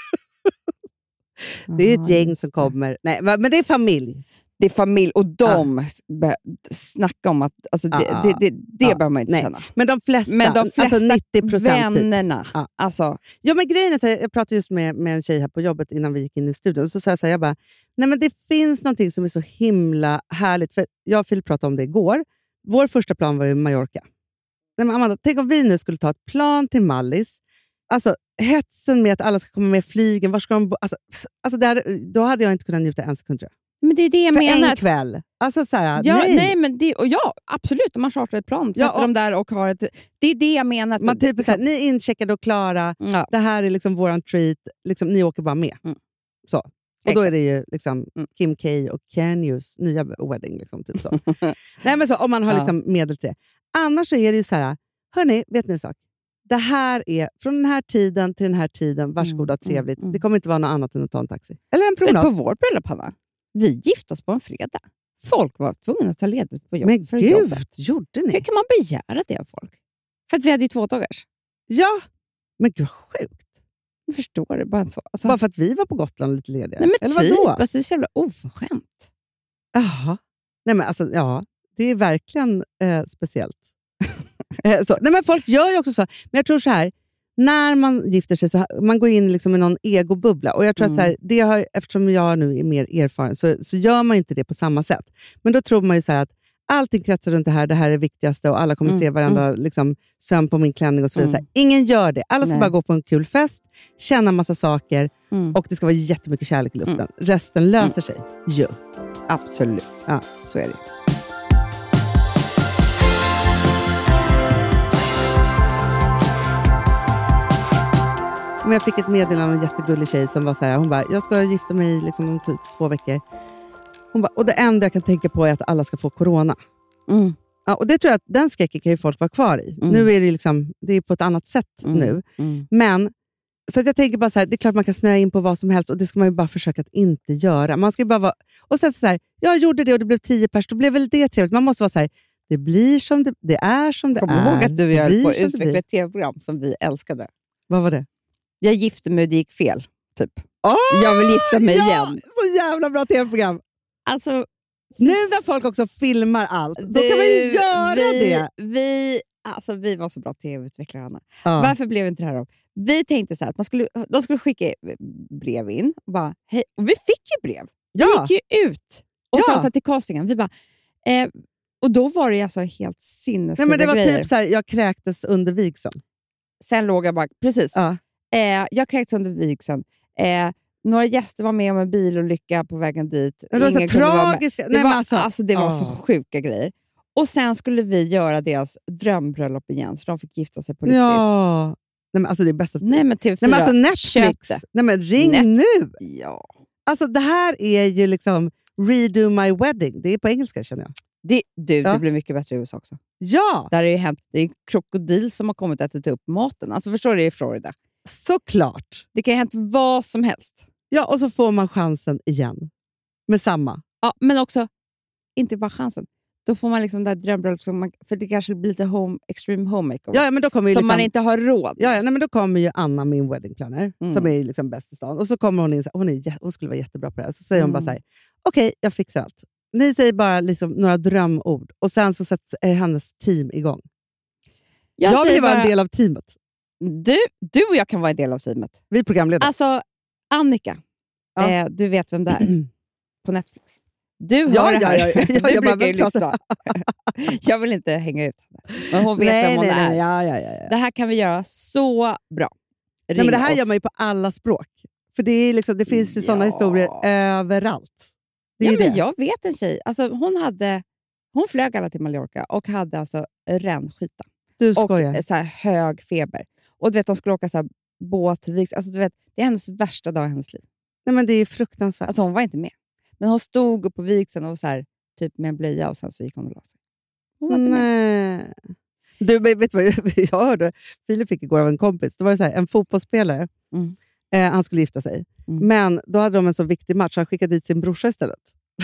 Det är ett gäng som kommer. Nej, men det är familj. Det är familj och de snackar om att alltså det behöver man inte känna. Men de flesta alltså 90% vännerna. Typ. Alltså. Ja, men grejen är så här, jag pratade just med en tjej här på jobbet innan vi gick in i studion. Och så sa jag så här, jag bara, nej men det finns någonting som är så himla härligt. För jag och Phil pratade om det igår. Vår första plan var ju Mallorca. Nej, men Amanda, tänk om vi nu skulle ta ett plan till Mallis. Alltså hetsen med att alla ska komma med flygen. Var ska de bo? Alltså då hade jag inte kunnat njuta en sekund, tror jag. Men det är det jag menar. En kväll. Alltså så här, nej men absolut. Om man chartrar ett plan, sätter dem där och har ett... Det är det jag menar. Man typ så här, ni är incheckade och klara. Ja. Det här är liksom våran treat. Liksom, ni åker bara med. Så. Och då är det ju liksom Kim K och Kanyus nya wedding. Liksom, typ så. Nej, men så, om man har liksom medel till det. Annars så är det ju så här, hörni, vet ni en sak? Det här är från den här tiden till den här tiden. Varsågoda, trevligt. Det kommer inte vara något annat än att ta en taxi. Eller en promenad. På vår bröllop, Hanna. Vi gifte oss på en fredag. Folk var tvungna att ta ledigt på jobb. Men gud, jobbet. Gjorde ni? Hur kan man begära det av folk? För att vi hade ju 2 dagars. Ja, men gud, sjukt. Jag förstår det. Bara så. Alltså, bara för att vi var på Gotland lite lediga? Nej, men eller typ. vadå? Alltså, det är så jävla oförskämt. Jaha. Nej, men alltså, ja. Det är verkligen speciellt. Så. Nej, men folk gör ju också så. Men jag tror så här, när man gifter sig så man går in liksom i någon egobubbla. Och jag tror att så här, eftersom jag nu är mer erfaren så gör man inte det på samma sätt. Men då tror man ju så här att allting kretsar runt det här är det viktigaste och alla kommer se varandra liksom, söm på min klänning och så vidare. Så här, ingen gör det. Alla ska bara gå på en kul fest, känna massa saker och det ska vara jättemycket kärlek i luften. Resten löser sig. Jo. Absolut. Ja, så är det. Men jag fick ett meddelande av en jättegullig tjej som var så här, hon bara, jag ska gifta mig liksom om typ 2 veckor. Hon bara, och det enda jag kan tänka på är att alla ska få corona. Ja, och det tror jag att den skräcken kan ju folk vara kvar i. Nu är det liksom, det är på ett annat sätt nu. Men så att jag tänker bara så här, det är klart man kan snöa in på vad som helst och det ska man ju bara försöka att inte göra. Man ska bara vara, och sen så här, jag gjorde det och det blev 10 pers, då blev väl det trevligt. Man måste vara så här, det blir som det är som det är. Kom ihåg att du höll på att utveckla ett tv-program som vi älskade. Vad var det? Jag gifte mig och det gick fel, typ. Jag vill gifta mig igen. Så jävla bra tv-program. Alltså, nu när folk också filmar allt, då kan man ju göra det. Vi alltså, vi var så bra tv-utvecklare, Anna. Varför blev inte det här av? Vi tänkte så här, att de skulle skicka brev in. Och, bara, hej. Och vi fick ju brev. Vi gick ju ut och sa så här till castingen. Vi bara, och då var det alltså helt sinnessjuka grejer. Det var typ så här, jag kräktes under vigseln. Sen låg jag bara, precis. Jag kräktes under vigseln. Några gäster var med om en bilolycka på vägen dit. Det var så tragiska. Det var så sjuka grejer. Och sen skulle vi göra deras drömbröllop igen, så de fick gifta sig på riktigt. Ja. Nej, men alltså det är bästa. Nej, men TV4 nej, men alltså Netflix. Nej, men ring nu. Ja. Alltså det här är ju liksom redo my wedding. Det är på engelska, känner jag. Det blir mycket bättre i USA också. Ja. Där är det är en krokodil som har kommit att äta upp maten. Alltså förstår du, det är i Florida. Såklart. Det kan ha hänt vad som helst. Ja, och så får man chansen igen. Med samma. Ja, men också, inte bara chansen. Då får man liksom det här drömbröllop, för det kanske blir lite extreme home makeover. Ja, men då kommer ju som man inte har råd. Ja, men då kommer ju Anna, min wedding planner, som är liksom bäst i stan. Och så kommer hon in, hon skulle vara jättebra på det här. Så säger hon bara så här, okej, jag fixar allt. Ni säger bara liksom några drömord. Och sen så är hennes team igång. Jag vill ju vara en del av teamet. Du och jag kan vara en del av teamet. Vi är programledare. Alltså, Annika. Du vet vem det är. På Netflix. Du hör det här. Du brukar ju lyssna. Jag vill inte hänga ut henne. Men hon vet vem hon är. Ja. Det här kan vi göra så bra. Men det här gör man ju på alla språk. För det, är liksom, det finns ju sådana historier överallt. Men jag vet en tjej. Alltså, hon flög alla till Mallorca och hade alltså rännskita. Du skojar. Och så här, hög feber. Och du vet, de skulle åka så här, båt till Viks. Alltså, du vet, det är hennes värsta dag i hennes liv. Nej, men det är fruktansvärt. Alltså, hon var inte med. Men hon stod upp på vigseln och så här, typ med en blöja och sen så gick hon och la sig. Hon var inte med. Du, vet vad jag hörde? Filip fick igår av en kompis. Det var så här, en fotbollsspelare. Han skulle gifta sig. Men då hade de en så viktig match. Han skickade dit sin brorsa istället.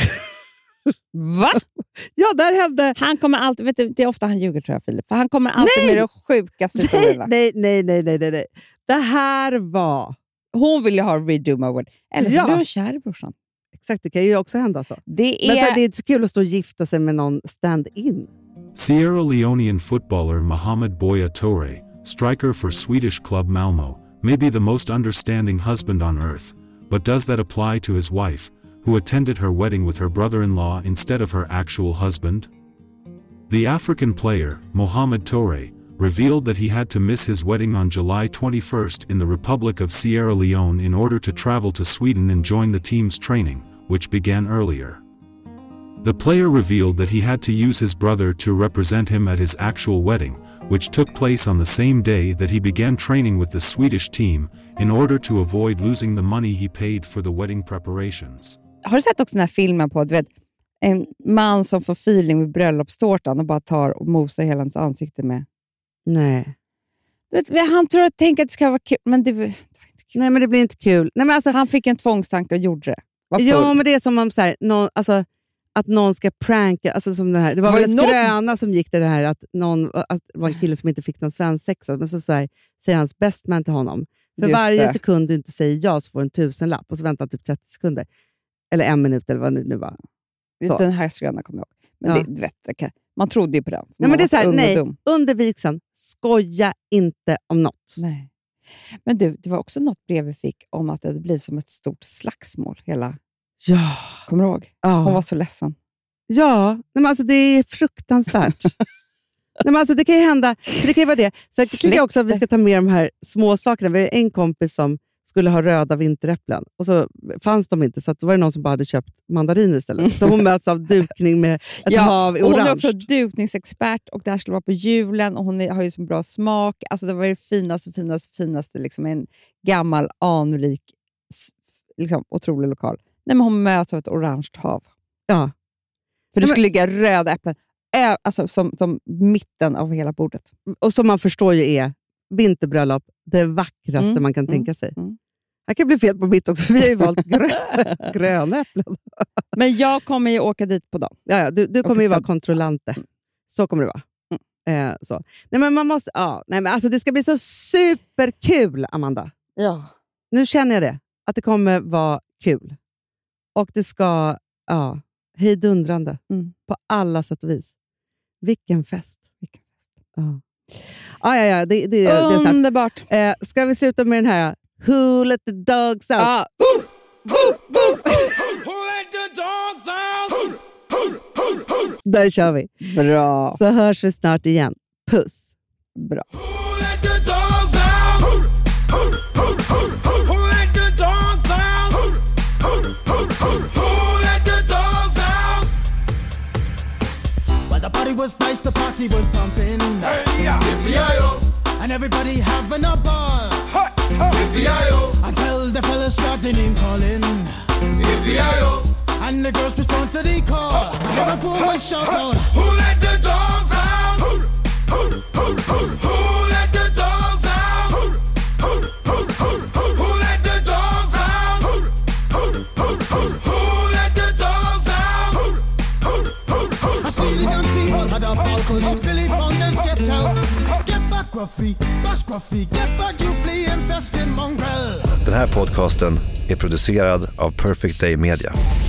Va? Ja, där hände... Han kommer alltid... Vet du, det är ofta han ljuger, tror jag, Filip. För han kommer alltid med de sjukaste historierna. Nej. Det här var... Hon vill ju ha redo my wedding. Eller så blir hon kär i brorsan. Exakt, det kan ju också hända så. Men så, det är inte så kul att stå och gifta sig med någon stand-in. Sierra Leonean footballer Mohamed Buya Toure, striker for Swedish club Malmö, may be the most understanding husband on earth, but does that apply to his wife, who attended her wedding with her brother-in-law instead of her actual husband? The African player, Mohamed Toure, revealed that he had to miss his wedding on July 21st in the Republic of Sierra Leone in order to travel to Sweden and join the team's training, which began earlier. The player revealed that he had to use his brother to represent him at his actual wedding, which took place on the same day that he began training with the Swedish team, in order to avoid losing the money he paid for the wedding preparations. Har du sett också den här filmen på, du vet, en man som får feeling med bröllopstårtan och bara tar och mosar hela hans ansikte med? Nej. Han tror att tänker att det ska vara kul, men det var inte kul. Nej, men det blir inte kul. Nej, men alltså, han fick en tvångstanke och gjorde det. Ja, men det är som om så här, att någon ska pranka. Alltså, som det här. Det var väl en skröna som gick till det här att det var en kille som inte fick någon svensexa. Men så säger hans best man till honom. För varje sekund du inte säger ja så får du en 1000-lapp. Och så väntar typ 30 sekunder. Eller 1 minut eller vad det nu var. Så. Den här skrönan kommer jag ihåg. Men det, vet, man trodde ju på den. Nej, men det är så här, nej, under vigseln, skoja inte om något. Nej. Men du, det var också något brev vi fick om att det blir som ett stort slagsmål. Ja. Kommer du ihåg? Ja. Hon var så ledsen. Ja, nej, men alltså det är fruktansvärt. Nej, men alltså det kan ju hända. Det kan ju vara det. Sen tycker jag också att vi ska ta med de här små sakerna. Vi har en kompis som skulle ha röda vinteräpplen. Och så fanns de inte, så att det var någon som bara hade köpt mandariner istället. Så hon möts av dukning med ett hav i orange. Hon är också dukningsexpert och det här skulle vara på julen. Och hon har ju så bra smak. Alltså det var det finaste liksom en gammal, anrik, liksom, otrolig lokal. Nej, men hon möts av ett orange hav. Ja. För det skulle ligga röda äpplen alltså, som mitten av hela bordet. Och som man förstår ju är vinterbröllop det vackraste man kan tänka sig. Här kan bli fel på mitt också, för vi har ju valt gröna äpplen. Men jag kommer ju åka dit på dagen. Ja, du kommer ju vara kontrollante. Så kommer det vara. Så. Nej, men man måste, nej, men alltså, det ska bli så superkul, Amanda. Ja. Nu känner jag det. Att det kommer vara kul. Och det ska, hejdundrande. På alla sätt och vis. Vilken fest. Ja. Ja, det är underbart. Ska vi sluta med den här Who let the dogs out? Ja. Woof, woof, woof. Who let the dogs out? Där kör vi. Bra. Så hörs vi snart igen. Puss. Bra. Who let the dogs out? Who let the dogs out? Who let the dogs out? Well, the party was nice, the party was pumping. And everybody having a ball. Until the fellas started name calling. And the girls respond to the call. I hear a poor one shout out, Who let the dogs out? Who let the dogs out? Who let the dogs out? Who let the dogs out? I see the dance people had a ball push. Billy Fountains get out. Get back Gruffy, bash Gruffy. Get back you flea infested mongrel. Den här podcasten är producerad av Perfect Day Media.